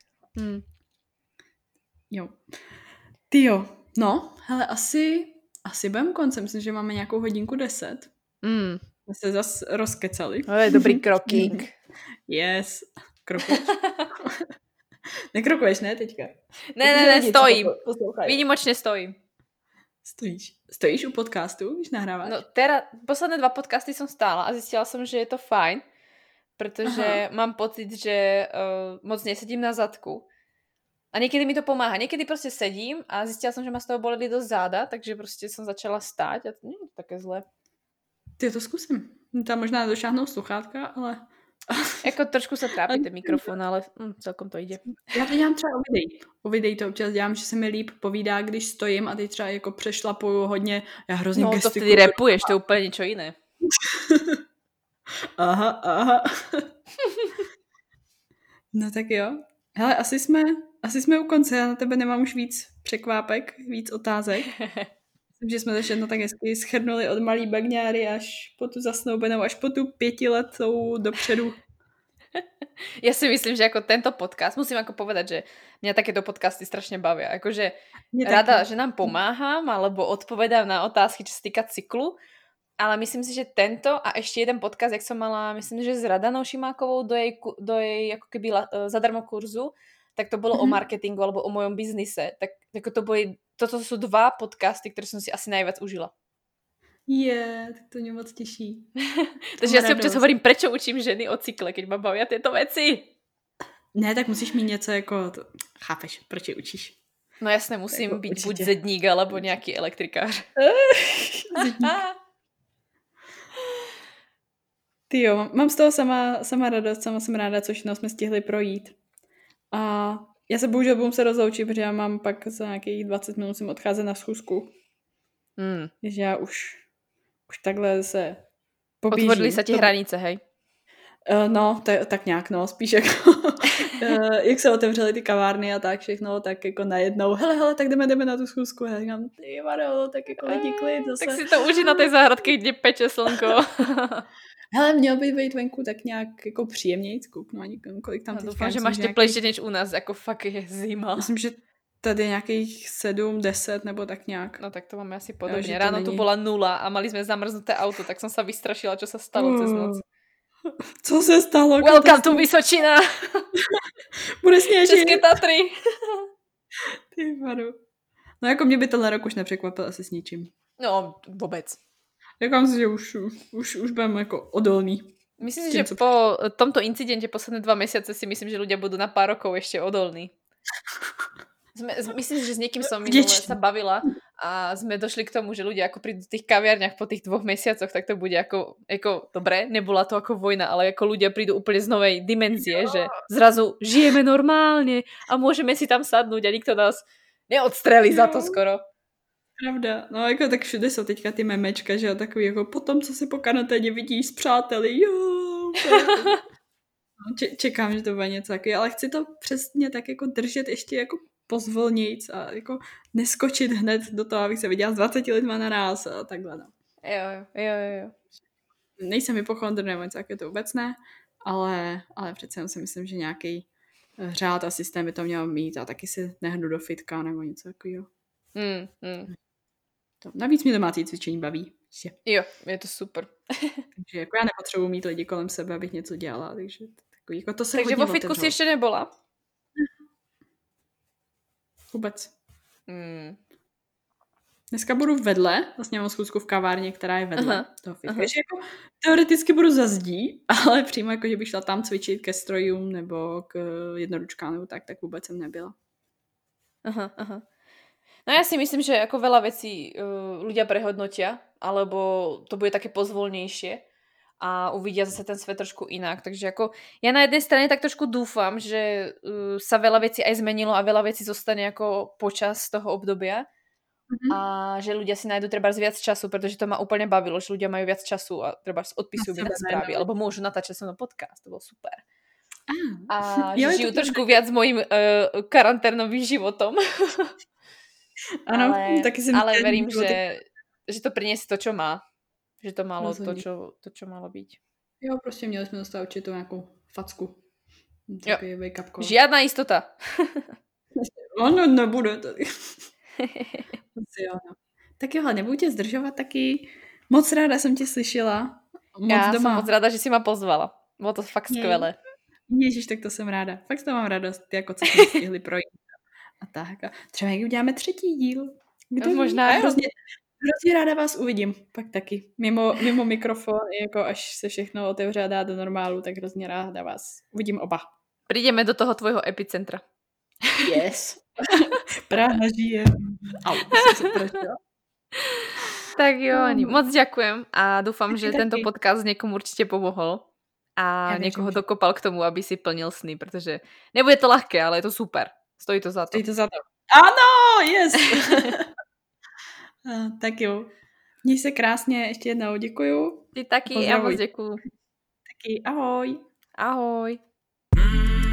Jo. Tyjo, no, hele, asi budeme koncem, myslím, že máme nějakou hodinku 10. My se zas rozkecali. To je dobrý kroking. Yes. Krokuješ? Nekrokuješ, ne, teďka? Ne, stojím. Výnimočne stojím. Stojíš u podcastu, když nahráváš? No posledné 2 podcasty som stála a zistila som, že je to fajn, pretože mám pocit, že moc nesedím na zadku. A niekedy mi to pomáha. Niekedy proste sedím a zistila som, že ma z toho boleli dosť záda, takže proste som začala stáť a to nie je také zlé. Ty to zkusím. Tam možná došáhnou sluchátka, ale... Jako trošku se trápí ten mikrofon, ale celkom to jde. Já to dělám třeba o videí to občas dělám, že se mi líp povídá, když stojím a teď třeba jako přešlapuju hodně, já hrozně gestikuju. No to vtedy rapuješ, to je úplně něco jiné. Aha. No tak jo. Hele, asi jsme u konce, já na tebe nemám už víc překvápek, víc otázek. Myslím, že jsme to všechno tak hezky schrnuli od malý bagňáry až po tu zasnoubenou, až po tu 5letou dopředu. Ja si myslím, že ako tento podcast, musím ako povedať, že mňa takéto podcasty strašne bavia. Akože rada, že nám pomáham, alebo odpovedám na otázky, čo sa týka cyklu, ale myslím si, že tento a ešte jeden podcast, jak som mala, myslím, že s Radanou Šimákovou do jej ako keby zadarmo kurzu, tak to bolo o marketingu alebo o mojom biznise. Tak ako toto sú 2 podcasty, ktoré som si asi najviac užila. Tak to mě moc těší. Takže já si občas hovorím, prečo učím ženy o cykle, keď ma bavia tieto veci. Ne, tak musíš mít něco jako... Chápeš, proč je učíš? No jasné, musím jako, být určitě. Buď zedník, alebo nějaký elektrikář. Ty jo, mám z toho sama radost, sama jsem ráda, což jsme stihli projít. A já se bohužel budu se rozloučit, protože já mám pak za nějakých 20 minut jsem odcházet na schůzku. Takže já už takhle se pobížím. Otvorili se ti hranice, hej? No, tak nějak, no, spíš jako jak se otevřely ty kavárny a tak všechno, tak jako najednou, hele, tak jdeme na tu schůzku. Já říkám, ty vado, tak jako lidi klid zase. Tak si to uži na té zahradky, kde peče slnko. Hele, mělo by být venku tak nějak jako příjemnějc, kouknu ani kolik tam teďka. Doufám, že máš teplejší než u nás, jako fakt je zima. Myslím, že tady nějakých 7, 10 nebo tak nějak. No tak to máme asi podobně. Jo, ráno tu bola 0 a mali jsme zamrznuté auto, tak jsem se vystrašila, čo sa stalo cez noc. Co se stalo? Welcome to Vysočina! Bude sněžit. České Tatry. Ty vado. No jako mě by tenhle rok už nepřekvapil asi s ničím. No, vůbec. Říkám si, že už budeme jako odolný. Myslím si, že po tomto incidente posledné 2 mesiace si myslím, že ľudia budú na pár rokov ešte odolní. Myslím, že s niekým som minule sa bavila a sme došli k tomu, že ľudia ako prídu v tých kaviarniach po tých 2 mesiacoch, tak to bude ako dobre, nebola to ako vojna, ale ako ľudia prídu úplne z novej dimenzie, že zrazu žijeme normálne a môžeme si tam sadnúť a nikto nás neodstrelí za to skoro. Pravda, no jako tak všude jsou teďka ty memečka, že jo, takový jako potom, co se po karanténě vidíš s přáteli, jo. Čekám, že to bude něco takový, ale chci to přesně tak jako držet ještě jako pozvolnějc a jako neskočit hned do toho, abych se viděla s 20 lidma naraz a takhle, no. Jo. Nejsem hypochondr nebo něco takového, to vůbec ne, ale přece si myslím, že nějaký řád a systém by to měl mít a taky si nehnu do fitka nebo něco takového. Navíc mě domácí cvičení baví. Jo, je to super. Takže jako já nepotřebuji mít lidi kolem sebe, abych něco dělala, takže takový, jako to se takže vo fitku si ještě nebola? Vůbec. Dneska budu vedle, vlastně mám schůzku v kavárně, která je vedle toho fitka. Takže jako teoreticky budu za zdí, ale přímo jako, že bych šla tam cvičit ke strojům nebo k jednoručkám nebo tak vůbec jsem nebyla. Aha. No ja si myslím, že ako veľa vecí ľudia prehodnotia, alebo to bude také pozvolnejšie a uvidia zase ten svet trošku inak. Takže ako ja na jednej strane tak trošku dúfam, že sa veľa vecí aj zmenilo a veľa vecí zostane ako počas toho obdobia a že ľudia si nájdu trebárs viac času, pretože to ma úplne bavilo, že ľudia majú viac času a trebárs odpisujú mi na správy, alebo môžu natáčať so mnou podcast, to bol super. A že žijú trošku viac mojim karanténovým životom. Ano, ale verím, že to priniesie to, čo má. Že to malo to, čo malo byť. Jo, prostě měli jsme dostat určitou nějakou facku. Žiadna istota. Ono nebude tady. Tak jo, nebudu tě zdržovat taky. Moc ráda jsem tě slyšela. Moc Já doma. jsem moc ráda, že si ma pozvala. Bylo to fakt skvělé. Ježiš, tak to jsem ráda. Fakt to mám radost, jako co jsme stihli projít. A tak. A třeba někdy uděláme 3. díl. Kdo možná ví? Hrozně ráda vás uvidím. Pak taky. Mimo mikrofon, jako až se všechno otevře a dá do normálu, tak hrozně ráda vás uvidím oba. Prídeme do toho tvojho epicentra. Yes. Praha žije. Au, jsem se prošla. Tak jo, Ani, moc ďakujem a dúfam, že tento podcast niekomu určite pomohol a niekoho dokopal k tomu, aby si plnil sny, pretože nebude to ľahké, ale je to super. Stojí to za to. Ano, yes! Tak jo. Měj se krásně, ještě jednou děkuju. Ty taky, já moc děkuju. Taky, ahoj. Ahoj.